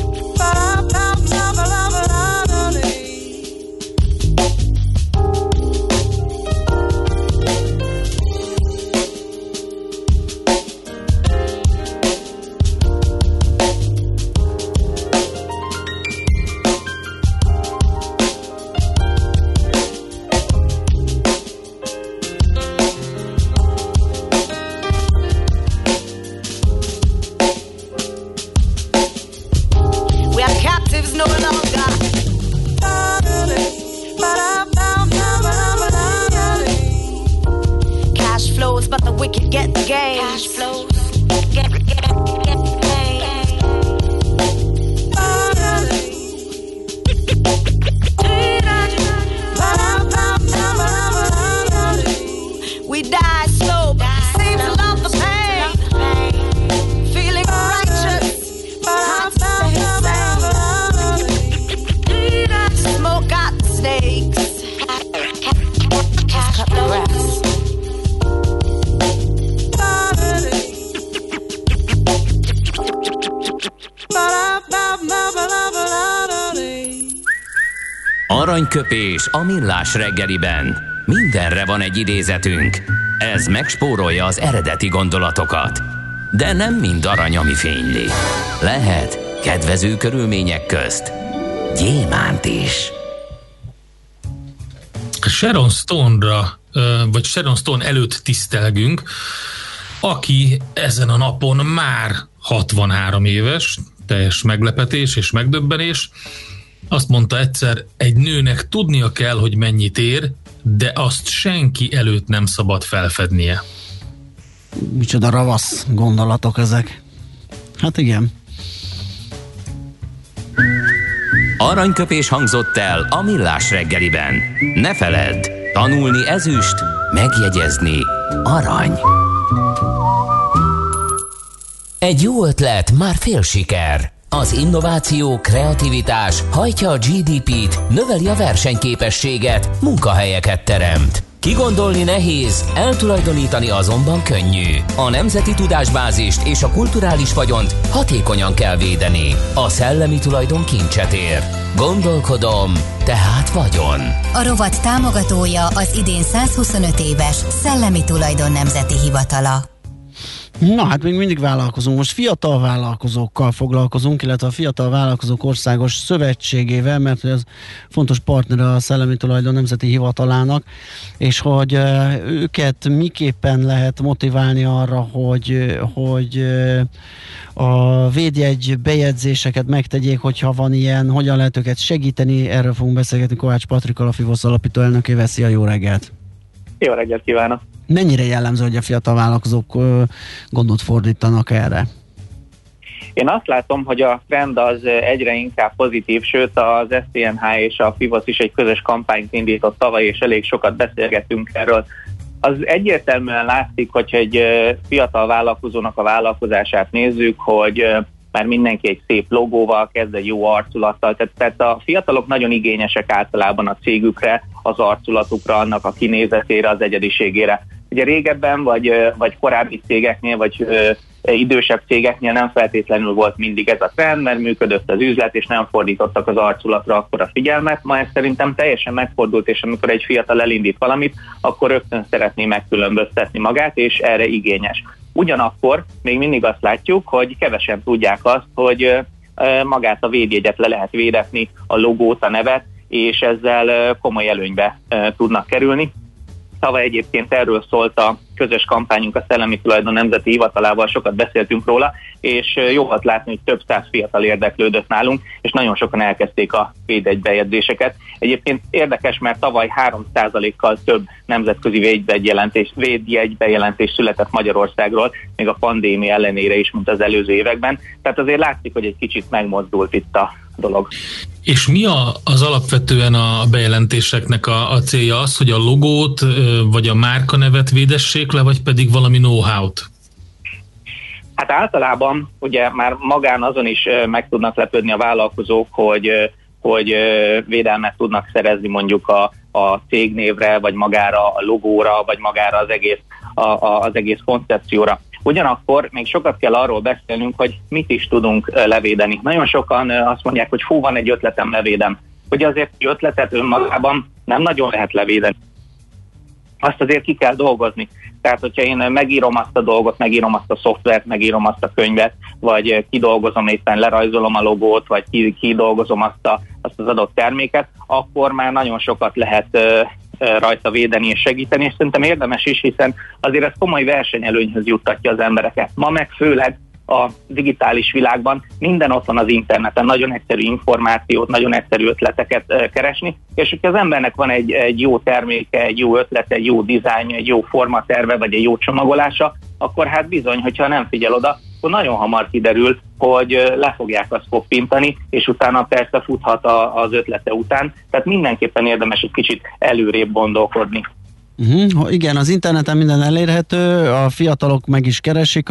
Aranyköpés a millás reggeliben. Mindenre van egy idézetünk. Ez megspórolja az eredeti gondolatokat. De nem mind arany, ami fényli. Lehet kedvező körülmények közt gyémánt is. Sharon Stone-ra, vagy Sharon Stone előtt tisztelgünk, aki ezen a napon már 63 éves, teljes meglepetés és megdöbbenés. Azt mondta egyszer, egy nőnek tudnia kell, hogy mennyit ér, de azt senki előtt nem szabad felfednie. Micsoda ravasz gondolatok ezek. Hát igen. Aranyköpés hangzott el a millás reggeliben. Ne feledd, tanulni ezüst, megjegyezni arany. Egy jó ötlet már fél siker. Az innováció, kreativitás hajtja a GDP-t, növeli a versenyképességet, munkahelyeket teremt. Kigondolni nehéz, eltulajdonítani azonban könnyű. A nemzeti tudásbázist és a kulturális vagyont hatékonyan kell védeni. A szellemi tulajdon kincset ér. Gondolkodom, tehát vagyon. A rovat támogatója az idén 125 éves Szellemi Tulajdon Nemzeti Hivatala. Na hát még mindig vállalkozunk. Most fiatal vállalkozókkal foglalkozunk, illetve a Fiatal Vállalkozók Országos Szövetségével, mert ez fontos partnere a Szellemi Tulajdon Nemzeti Hivatalának, és hogy őket miképpen lehet motiválni arra, hogy a védjegy bejegyzéseket megtegyék, hogyha van ilyen, hogyan lehet őket segíteni, erről fogunk beszélgetni Kovács Patrikkal, a FIVOSZ alapító elnökével. Szia, jó reggelt! Jó reggelt kívánok! Mennyire jellemző, hogy a fiatal vállalkozók gondot fordítanak erre? Én azt látom, hogy a trend az egyre inkább pozitív, sőt az SZNH és a FIVOSZ is egy közös kampányt indított tavaly, és elég sokat beszélgettünk erről. Az egyértelműen látszik, hogyha egy fiatal vállalkozónak a vállalkozását nézzük, hogy már mindenki egy szép logóval kezd, egy jó arculattal. Tehát a fiatalok nagyon igényesek általában a cégükre, az arculatukra, annak a kinézetére, az egyediségére. Ugye régebben, vagy korábbi cégeknél, vagy idősebb cégeknél nem feltétlenül volt mindig ez a trend, mert működött az üzlet, és nem fordítottak az arculatra akkor a figyelmet. Ma ez szerintem teljesen megfordult, és amikor egy fiatal elindít valamit, akkor rögtön szeretné megkülönböztetni magát, és erre igényes. Ugyanakkor még mindig azt látjuk, hogy kevesen tudják azt, hogy magát a védjegyet le lehet védetni, a logót, a nevet, és ezzel komoly előnybe tudnak kerülni. Tavaly egyébként erről szólt a közös kampányunk a Szellemi Tulajdon Nemzeti Hivatalával, sokat beszéltünk róla, és jó volt látni, hogy több száz fiatal érdeklődött nálunk, és nagyon sokan elkezdték a védjegybejegyzéseket. Egyébként érdekes, mert tavaly 3%-kal több nemzetközi védjegybejelentés született Magyarországról, még a pandémia ellenére is, mint az előző években. Tehát azért látszik, hogy egy kicsit megmozdult itt a dolog. És mi az alapvetően a bejelentéseknek a célja? Az, hogy a logót vagy a márkanevet védessék le, vagy pedig valami know-how-t? Hát általában ugye már magán azon is meg tudnak lepődni a vállalkozók, hogy védelmet tudnak szerezni mondjuk a cégnévre, vagy magára a logóra, vagy magára az egész koncepcióra. Ugyanakkor még sokat kell arról beszélnünk, hogy mit is tudunk levédeni. Nagyon sokan azt mondják, hogy van egy ötletem, levédem. Ugye azért egy ötletet önmagában nem nagyon lehet levédeni. Azt azért ki kell dolgozni. Tehát, hogyha én megírom azt a dolgot, megírom azt a szoftvert, megírom azt a könyvet, vagy kidolgozom éppen, lerajzolom a logót, vagy kidolgozom azt az adott terméket, akkor már nagyon sokat lehet rajta védeni és segíteni, és szerintem érdemes is, hiszen azért ez komoly versenyelőnyhöz juttatja az embereket. Ma meg főleg a digitális világban minden ott van az interneten, nagyon egyszerű információt, nagyon egyszerű ötleteket keresni, és hogyha az embernek van egy jó terméke, egy jó ötlete, egy jó dizájnja, egy jó formaterve, vagy egy jó csomagolása, akkor hát bizony, hogyha nem figyel oda, akkor nagyon hamar kiderül, hogy le fogják azt koppintani, és utána persze futhat az ötlete után. Tehát mindenképpen érdemes egy kicsit előrébb gondolkodni. Igen, az interneten minden elérhető, a fiatalok meg is keresik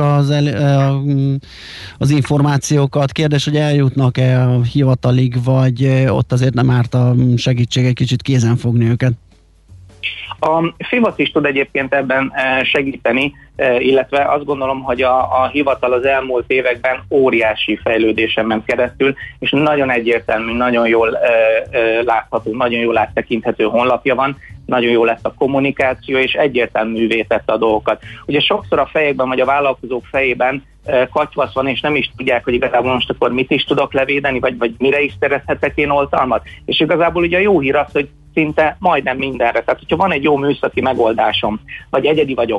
az információkat. Kérdés, hogy eljutnak-e a hivatalig, vagy ott azért nem árt a segítség egy kicsit kézen fogni őket? A FIVASZ is tud egyébként ebben segíteni, illetve azt gondolom, hogy a hivatal az elmúlt években óriási fejlődésen ment keresztül, és nagyon egyértelmű, nagyon jól látható, nagyon jól áttekinthető honlapja van, nagyon jó lett a kommunikáció, és egyértelművé tette a dolgokat. Ugye sokszor a fejekben, vagy a vállalkozók fejében katyvasz van, és nem is tudják, hogy igazából most akkor mit is tudok levédeni, vagy mire is szerezhetek én oltalmat. És igazából ugye a jó hír az, hogy szinte majdnem mindenre. Tehát, hogyha van egy jó műszaki megoldásom, vagy egyedi vagyok,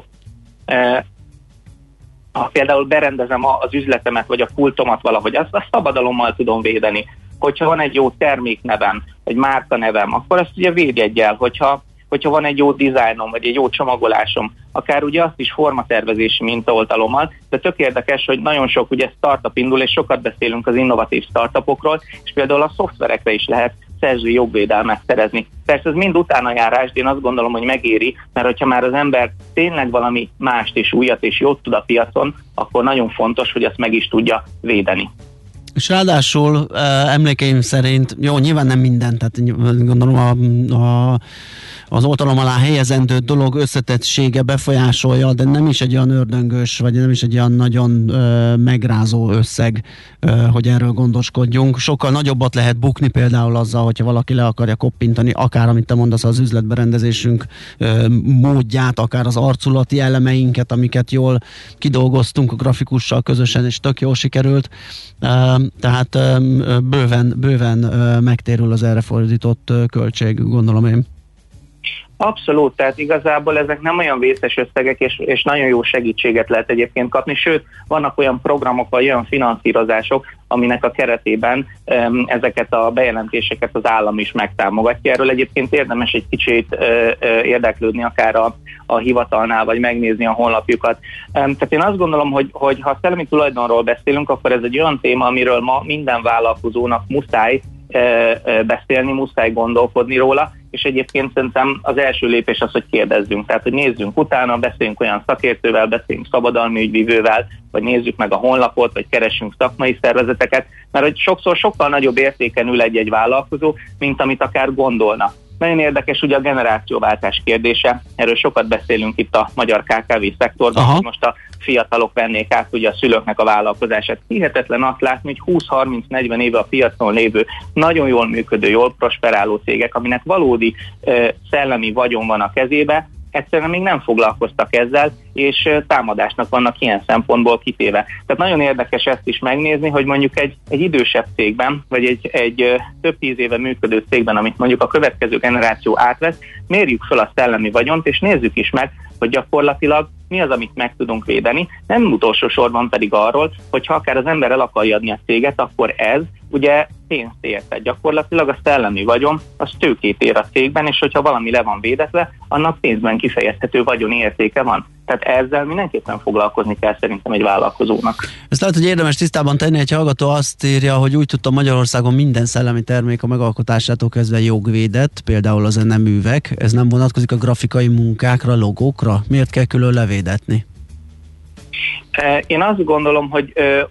ha például berendezem az üzletemet, vagy a pultomat valahogy, azt szabadalommal tudom védeni. Hogyha van egy jó terméknevem, egy márkanevem, akkor azt ugye védjeggyel, hogyha van egy jó dizájnom, vagy egy jó csomagolásom, akár ugye azt is formatervezési mintaoltalommal, de tök érdekes, hogy nagyon sok ugye startup indul, és sokat beszélünk az innovatív startupokról, és például a szoftverekre is lehet szerzői jogvédelmet szerezni. Persze ez mind utánajárás, de én azt gondolom, hogy megéri, mert hogyha már az ember tényleg valami mást és újat és jót tud a piacon, akkor nagyon fontos, hogy azt meg is tudja védeni. És ráadásul emlékeim szerint, jó, nyilván nem minden, tehát gondolom az oltalom alá helyezendő dolog összetettsége befolyásolja, de nem is egy olyan ördöngös, vagy nem is egy olyan nagyon megrázó összeg, hogy erről gondoskodjunk. Sokkal nagyobbat lehet bukni például azzal, hogyha valaki le akarja koppintani, akár amit te mondasz, az üzletberendezésünk módját, akár az arculati elemeinket, amiket jól kidolgoztunk a grafikussal közösen, és tök jól sikerült. Tehát bőven megtérül az erre fordított költség, gondolom én. Abszolút, tehát igazából ezek nem olyan vészes összegek, és nagyon jó segítséget lehet egyébként kapni, sőt, vannak olyan programok, vagy olyan finanszírozások, aminek a keretében ezeket a bejelentéseket az állam is megtámogatja. Erről egyébként érdemes egy kicsit érdeklődni akár a hivatalnál, vagy megnézni a honlapjukat. Tehát én azt gondolom, hogy ha szellemi tulajdonról beszélünk, akkor ez egy olyan téma, amiről ma minden vállalkozónak muszáj beszélni, muszáj gondolkodni róla, és egyébként szerintem az első lépés az, hogy kérdezzünk. Tehát, hogy nézzünk utána, beszéljünk olyan szakértővel, beszéljünk szabadalmi ügyvivővel, vagy nézzük meg a honlapot, vagy keressünk szakmai szervezeteket, mert hogy sokszor sokkal nagyobb értéken ül egy vállalkozó, mint amit akár gondolna. Nagyon érdekes ugye a generációváltás kérdése, erről sokat beszélünk itt a magyar KKV szektorban, hogy most a fiatalok vennék át ugye a szülőknek a vállalkozását. Hihetetlen azt látni, hogy 20-30-40 éve a piacon lévő, nagyon jól működő, jól prosperáló cégek, aminek valódi szellemi vagyon van a kezébe, egyszerűen még nem foglalkoztak ezzel, és támadásnak vannak ilyen szempontból kitéve. Tehát nagyon érdekes ezt is megnézni, hogy mondjuk egy idősebb cégben, vagy egy több 10 éve működő cégben, amit mondjuk a következő generáció átvesz, mérjük fel a szellemi vagyont, és nézzük is meg, hogy gyakorlatilag mi az, amit meg tudunk védeni. Nem utolsó sorban pedig arról, hogy ha akár az ember el akarja adni a céget, akkor ez ugye pénzt ér. Tehát gyakorlatilag a szellemi vagyon az tőkét ér a cégben, és hogyha valami le van védetve, annak pénzben kifejezhető vagyoni értéke van. Tehát ezzel mindenképpen foglalkozni kell szerintem egy vállalkozónak. Ezt lehet, hogy érdemes tisztában tenni, egy hallgató azt írja, hogy úgy tudtam, Magyarországon minden szellemi termék a megalkotásától kezdve jogvédett, például az zeneművek. Ez nem vonatkozik a grafikai munkákra, logókra? Miért kell külön levédetni? Én azt gondolom, hogy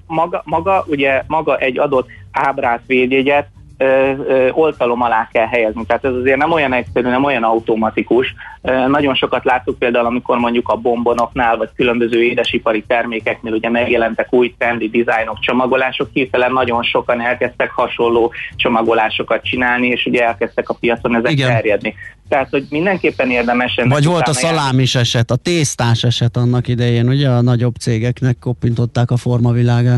maga egy adott ábrát, védjegyet oltalom alá kell helyezni. Tehát ez azért nem olyan egyszerű, nem olyan automatikus. Nagyon sokat láttuk például, amikor mondjuk a bombonoknál, vagy különböző édesipari termékeknél ugye megjelentek új trendi dizájnok, csomagolások, hirtelen nagyon sokan elkezdtek hasonló csomagolásokat csinálni, és ugye elkezdtek a piacon ezek terjedni. Tehát, hogy mindenképpen érdemes... Vagy volt a szalámis eset, a tésztás eset annak idején, ugye a nagyobb cégeknek koppintották a formavilágát.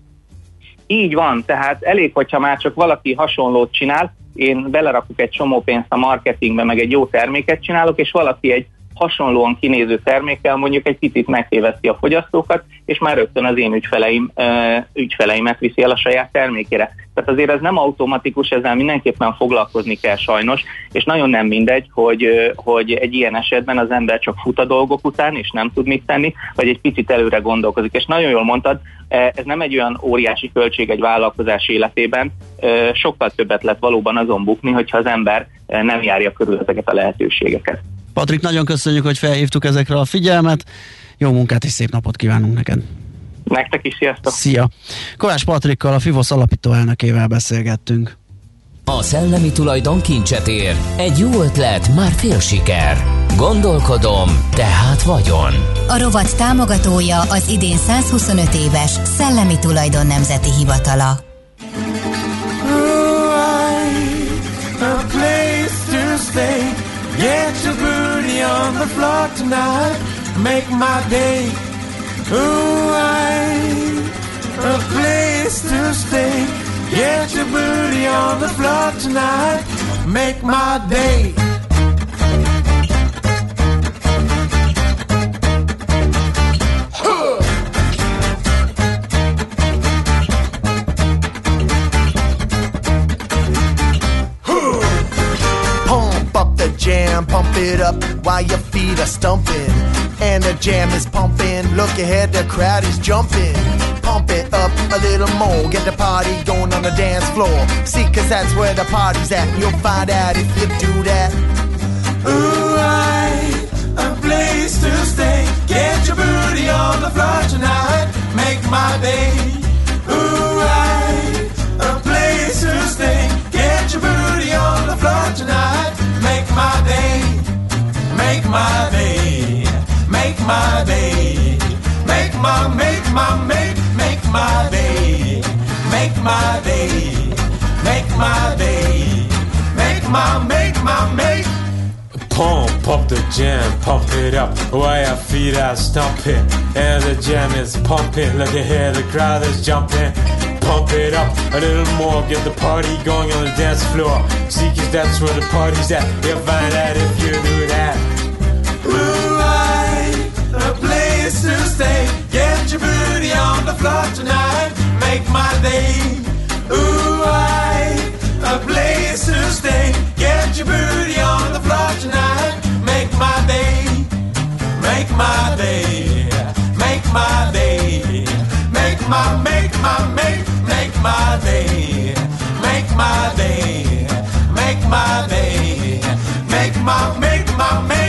Így van, tehát elég, hogyha már csak valaki hasonlót csinál, én belerakok egy csomó pénzt a marketingbe, meg egy jó terméket csinálok, és valaki egy hasonlóan kinéző termékkel mondjuk egy picit megtéveszti a fogyasztókat, és már rögtön az én ügyfeleimet viszi el a saját termékére. Tehát azért ez nem automatikus, ezzel mindenképpen foglalkozni kell sajnos, és nagyon nem mindegy, hogy egy ilyen esetben az ember csak fut a dolgok után, és nem tud mit tenni, vagy egy picit előre gondolkozik. És nagyon jól mondtad, ez nem egy olyan óriási költség egy vállalkozás életében, sokkal többet lett valóban azon bukni, hogyha az ember nem járja körül ezeket a lehetőségeket. Patrik, nagyon köszönjük, hogy felhívtuk ezekre a figyelmet. Jó munkát és szép napot kívánunk neked. Nektek is, sziasztok! Szia! Kovács Patrikkal, a FIVOSZ alapító elnökével beszélgettünk. A szellemi tulajdon kincset ér. Egy jó ötlet, már fél siker. Gondolkodom, tehát vagyon. A rovat támogatója az idén 125 éves Szellemi Tulajdon Nemzeti Hivatala. Get your booty on the floor tonight, make my day. Ooh, a place to stay. Get your booty on the floor tonight, make my day. Jam, pump it up while your feet are stumping. And the jam is pumping. Look ahead, the crowd is jumping. Pump it up a little more. Get the party going on the dance floor. See, cause that's where the party's at. You'll find out if you do that. Ooh, a place to stay. Get your booty on the floor tonight. Make my day. Ooh, a place to stay. Get your booty on the floor tonight. Make my day, make my day, make my day, make my day, make my day, make my day, make my. Pump up the jam, pump it up while your feet are stomping. And the jam is pumping, look ahead, the crowd is jumping. Pump it up a little more, get the party going on the dance floor. See, cause that's where the party's at. You'll find out if you do that. Ooh, a place to stay. Get your booty on the floor tonight. Make my day. Ooh, a place to stay. Get your booty on the floor tonight. Make my day. Make my day. Make my day. Make my day, make my day, make my day, make my.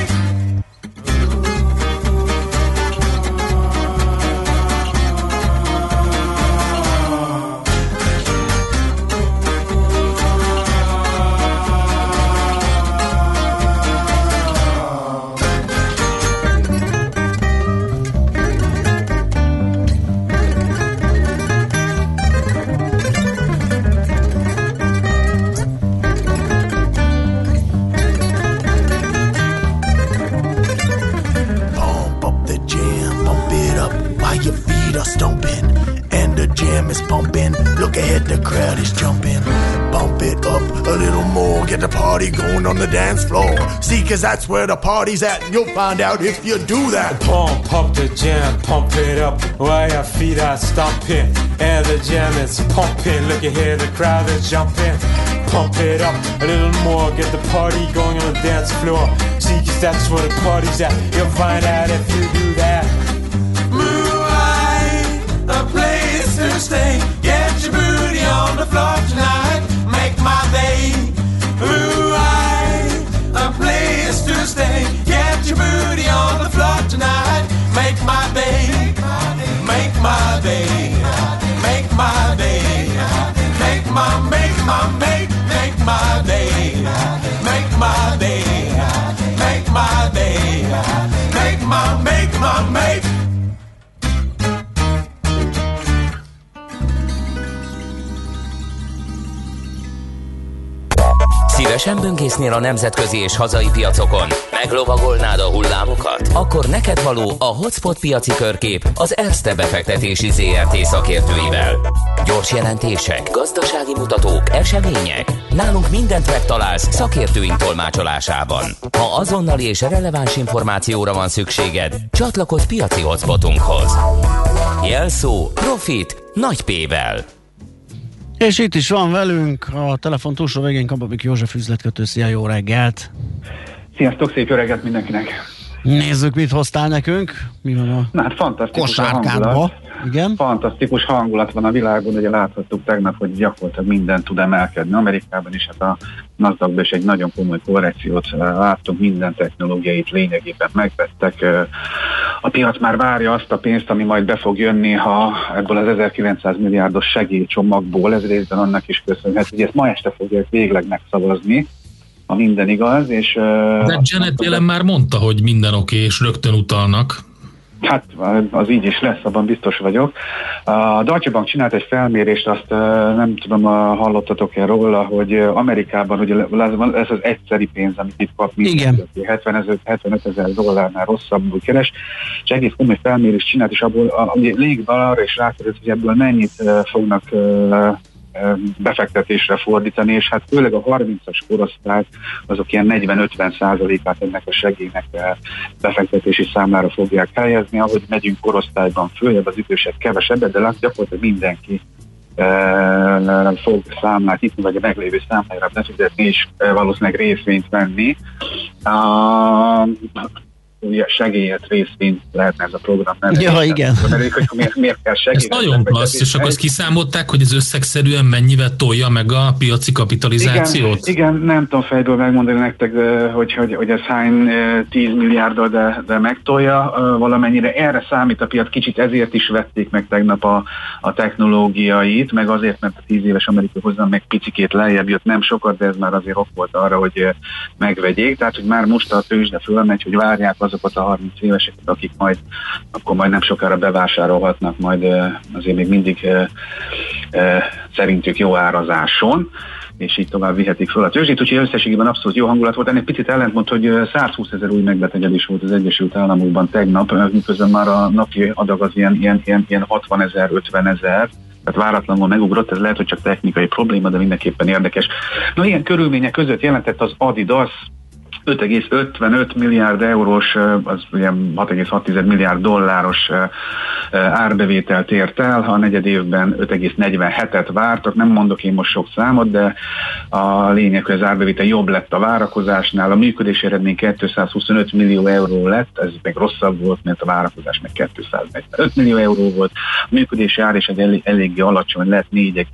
jam is pumping. Look ahead, the crowd is jumping. Bump it up a little more, get the party going on the dance floor. See, cause that's where the party's at, and you'll find out if you do that. Pump up the jam, pump it up, while your feet are stomping. And the jam is pumping, look ahead, the crowd is jumping. Pump it up a little more, get the party going on the dance floor. See, cause that's where the party's at, you'll find out if you do that. Moonlight, a place to stay. Get your booty on the floor tonight. Make my day. Moonlight, a place to stay. Get your booty on the floor tonight. Make my day. Make my day. Make my day. Make my day. Make my day. Make my day. Make my day. Make my. Szívesen böngésznél a nemzetközi és hazai piacokon? Meglovagolnád a hullámokat? Akkor neked való a Hotspot piaci körkép az Erste befektetési ZRT szakértőivel. Gyors jelentések, gazdasági mutatók, események. Nálunk mindent megtalálsz szakértőink tolmácsolásában. Ha azonnali és releváns információra van szükséged, csatlakozz piaci hotspotunkhoz. Jelszó Profit nagy P-vel. És itt is van velünk a telefon túlsó végén Kababik József üzletkötő. Szia, jó reggelt! Sziasztok, szép jó reggelt mindenkinek! Nézzük, mit hoztál nekünk. Mi van a fantasztikus hangulat. Igen? Fantasztikus hangulat van a világon, ugye láthattuk tegnap, hogy gyakorlatilag minden tud emelkedni Amerikában is, hát a Nasdaqban is egy nagyon komoly korrekciót láttunk, minden technológiait lényegében megvettek. A piac már várja azt a pénzt, ami majd be fog jönni, ha ebből az 1900 milliárdos segélycsomagból, ez részben annak is köszönhet, hogy ezt ma este fogják végleg megszavazni, ha minden igaz. És, de Janet Yellen már mondta, hogy minden oké, és rögtön utalnak. Hát az így is lesz, abban biztos vagyok. A Deutsche Bank csinált egy felmérést, azt nem tudom, hallottatok-e róla, hogy Amerikában ugye ez az egyszeri pénz, amit itt kap mindenki, 75 ezer dollárnál rosszabbul keres, és egész komoly felmérést csinált, és abból lényegben arra is rákérdez, hogy ebből mennyit fognak befektetésre fordítani, és hát főleg a 30-as korosztály azok ilyen 40-50%-át ennek a segélynek befektetési számlára fogják helyezni, ahogy megyünk korosztályban följebb, az idősek kevesebbet, de gyakorlatilag mindenki fog számlát nyitni, vagy a meglévő számlára befizetni, és valószínűleg részvényt venni. Ugye segélyet, részvényt lehetne ez a program. Ja, igen. Miért kell segélyt? Ez nagyon klassz, és akkor azt kiszámolták, hogy ez összegszerűen mennyivel tolja meg a piaci kapitalizációt? Igen, nem tudom fejből megmondani nektek, hogy ez hány 10 milliárddal, de megtolja valamennyire. Erre számít a piac, kicsit ezért is vették meg tegnap a technológiait, meg azért, mert a 10 éves amerikai hozzám meg picikét lejjebb jött, nem sokat, de ez már azért ok volt arra, hogy megvegyék. Tehát, hogy már most a tőzsde fölmegy, hogy várják azokat a 30 éveseket, akik akkor majd nem sokára bevásárolhatnak, majd azért még mindig szerintük jó árazáson, és így tovább vihetik föl a tőzsdét, úgyhogy összességében abszolút jó hangulat volt. Ennek picit ellentmond, hogy 120 000 új megbetegedés volt az Egyesült Államokban tegnap, miközben már a napi adag az ilyen 60 000, 50 000, tehát váratlanul megugrott, ez lehet, hogy csak technikai probléma, de mindenképpen érdekes. Na, ilyen körülmények között jelentett az Adidas 5,55 milliárd eurós, az ugye 6,6 milliárd dolláros árbevételt ért el, ha a negyed évben 5,47-et vártak, nem mondok én most sok számot, de a lényeg, hogy az árbevétel jobb lett a várakozásnál, a működési eredmény 225 millió euró lett, ez még rosszabb volt, mert a várakozás meg 245 millió euró volt, a működési ár is eléggé alacsony lett,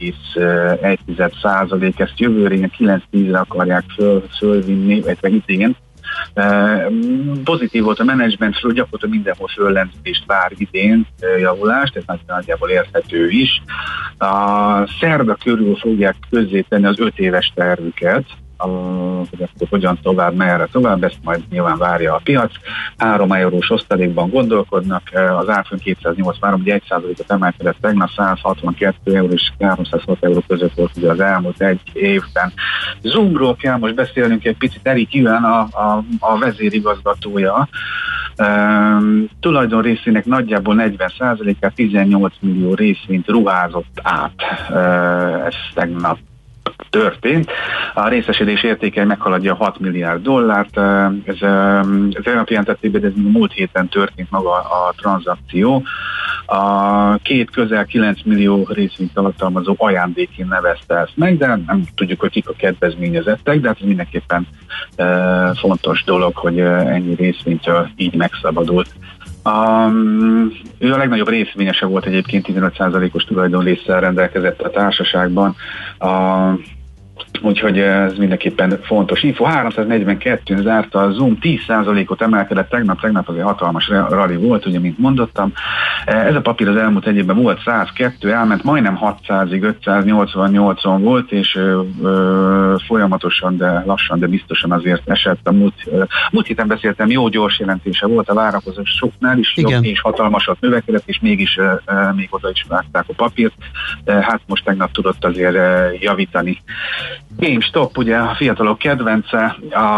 4,1%, ezt jövőre 9-10-re akarják fölvinni, vagy igen. Pozitív volt a menedzsmentről, gyakorlatilag mindenhol föllendülést vár idén, javulást, ez nagyjából érthető is. A szerda körül fogják közzétenni az 5 éves tervüket, hogy akkor hogyan tovább, merre tovább, ezt majd nyilván várja a piac. 3 eurós osztalékban gondolkodnak, az árfolyam 283, ugye 1%-ot emelkedett tegnap, 162 euró és 306 euró között volt ugye az elmúlt egy évben. Zoomról kell most beszélnünk egy picit, Erik Yuan a vezérigazgatója Tulajdonrészének nagyjából 40%-át 18 millió részvényt ruházott át. Ez tegnap történt. A részesedés értéke meghaladja 6 milliárd dollárt. Ez tegnap jelentették be, de ez múlt héten történt maga a tranzakció. A két közel 9 millió részvényt tartalmazó ajándékén nevezte ezt meg, de nem tudjuk, hogy kik a kedvezményezettek, de hát ez mindenképpen fontos dolog, hogy ennyi részvénytől így megszabadult. Ő a legnagyobb részvényese volt egyébként, 15%-os tulajdonrésszel rendelkezett a társaságban. Úgyhogy ez mindenképpen fontos info. 342-n zárta a Zoom, 10%-ot emelkedett tegnap azért hatalmas rally volt, ugye, mint mondottam. Ez a papír az elmúlt egy évben volt 102, elment majdnem 600-ig, 588-on volt, és folyamatosan, de lassan, de biztosan azért esett. A múlt héten beszéltem, jó gyors jelentése volt a várakozásoknál is, jobb és hatalmasat növekedett, és mégis még oda is vágták a papírt. Hát most tegnap tudott azért javítani. GameStop, ugye a fiatalok kedvence,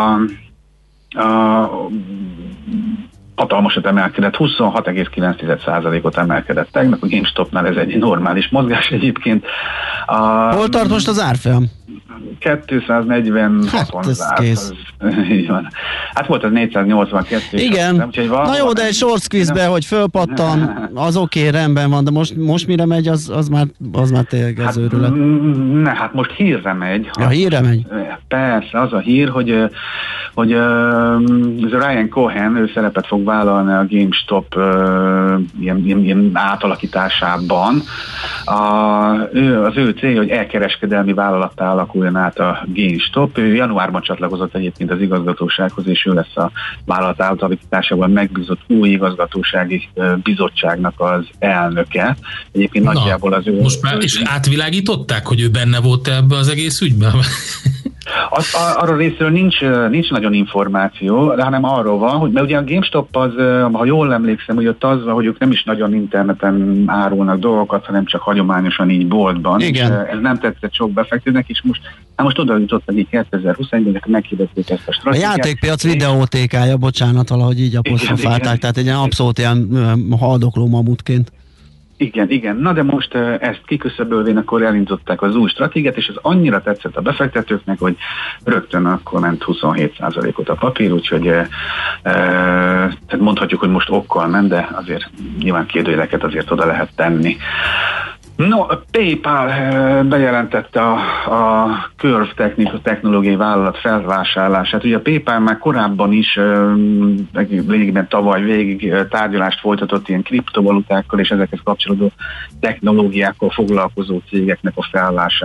hatalmasat emelkedett, 26,9%-ot emelkedett tegnap, a GameStopnál ez egy normális mozgás egyébként. Hol tart most az árfolyam? 240 zárt. Hát volt az 482. Igen. Na jó, de egy short squeeze-be, hogy fölpattan, az oké, rendben van, de most mire megy, az már tényleg az őrület. Hát most hírre megy. Ja, hírre megy? Persze, az a hír, hogy Ryan Cohen, ő szerepet fog vállalni a GameStop ilyen átalakításában. Az ő célja, hogy elkereskedelmi vállalattá alakuljon át a GameStop. Ő januárban csatlakozott egyébként az igazgatósághoz, és ő lesz a vállalat átalakításában megbízott új igazgatósági bizottságnak az elnöke. Egyébként nagyjából az ő... Most már is átvilágították, hogy ő benne volt ebbe az egész ügyben? Arról részről nincs nagyon információ, hanem arról van, hogy mert ugye a GameStop az, ha jól emlékszem, hogy ott az van, hogy ők nem is nagyon interneten árulnak dolgokat, hanem csak hagyományosan így boltban. Igen. És ez nem tetszett sok befektetőnek, és most oda jutottak így 2021-ben, meghirdették ezt a stratégiát. A játékpiac videótékája, bocsánat, valahogy így apostrofálták, tehát egy abszolút ilyen haldokló mamutként. Igen. Na de most ezt kiküszöbölvén akkor elindították az új stratégiát, és ez annyira tetszett a befektetőknek, hogy rögtön akkor ment 27%-ot a papír, úgyhogy tehát mondhatjuk, hogy most okkal ment, de azért nyilván kérdőjeleket azért oda lehet tenni. No, a PayPal bejelentette a Curve technológiai vállalat felvásárlását. Ugye a PayPal már korábban is lényegében tavaly végig tárgyalást folytatott ilyen kriptovalutákkal és ezekhez kapcsolódó technológiákkal foglalkozó cégeknek a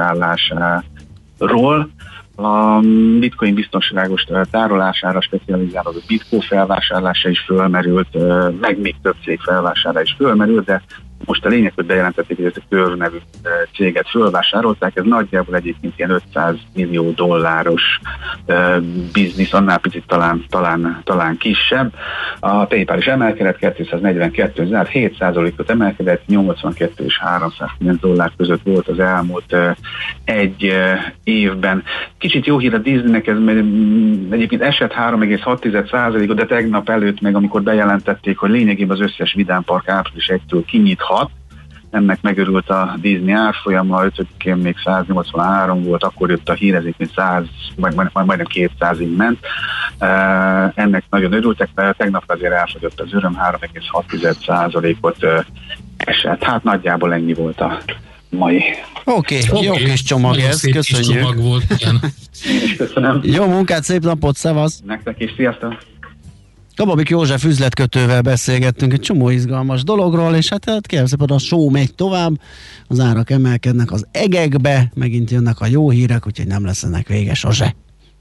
felvásárlásáról. A bitcoin biztonságos tárolására specializálódó Bitco felvásárlása is fölmerült, meg még több cég felvásárlása is fölmerült, de most a lényeg, hogy bejelentették, hogy ezt a Curve nevű céget fölvásárolták, ez nagyjából egyébként ilyen 500 millió dolláros biznisz, annál picit talán kisebb. A PayPal is emelkedett, 242 zárt, 7%-ot emelkedett, 82 és 309 dollár között volt az elmúlt egy évben. Kicsit jó hír a Disneynek, ez egyébként esett 3,6%-ot, de tegnap előtt meg, amikor bejelentették, hogy lényegében az összes vidámpark április 1-től kinyithat, ennek megörült a Disney árfolyama, 5-én még 183 volt, akkor jött a hír, ezért még 100, majdnem 200-ig ment. Ennek nagyon örültek, mert tegnap azért elfogyott az öröm, 3,6%-ot esett. Hát nagyjából ennyi volt a mai. Oké, jó kis csomag ez, köszönjük. Csomag volt, igen. Köszönöm. Jó munkát, szép napot, szevasz! Nektek is, sziasztok! Kababik József üzletkötővel beszélgettünk egy csomó izgalmas dologról, és hát kérlek szépen a show megy tovább, az árak emelkednek az egekbe, megint jönnek a jó hírek, úgyhogy nem lesz ennek vége sose.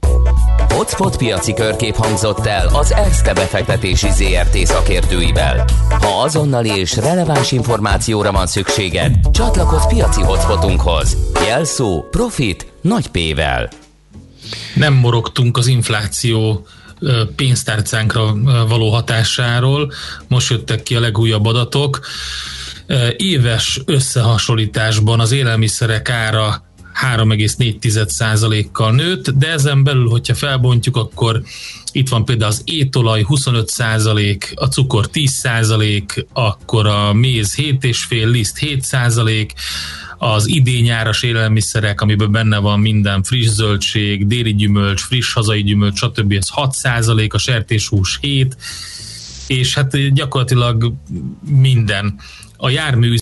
Hotspot piaci körkép hangzott el az Erste befektetési ZRT szakértőivel. Ha azonnali és releváns információra van szükséged, csatlakozz piaci hotspotunkhoz. Jelszó Profit nagy P-vel. Nem morogtunk az infláció pénztárcánkra való hatásáról. Most jöttek ki a legújabb adatok. Éves összehasonlításban az élelmiszerek ára 3,4%-kal nőtt, de ezen belül, hogyha felbontjuk, akkor itt van például az étolaj 25%, a cukor 10%, akkor a méz 7,5%, liszt 7%, az idényáras élelmiszerek, amiben benne van minden friss zöldség, déli gyümölcs, friss hazai gyümölcs, stb. Ez 6%, a sertéshús 7%, és hát gyakorlatilag minden. A jármű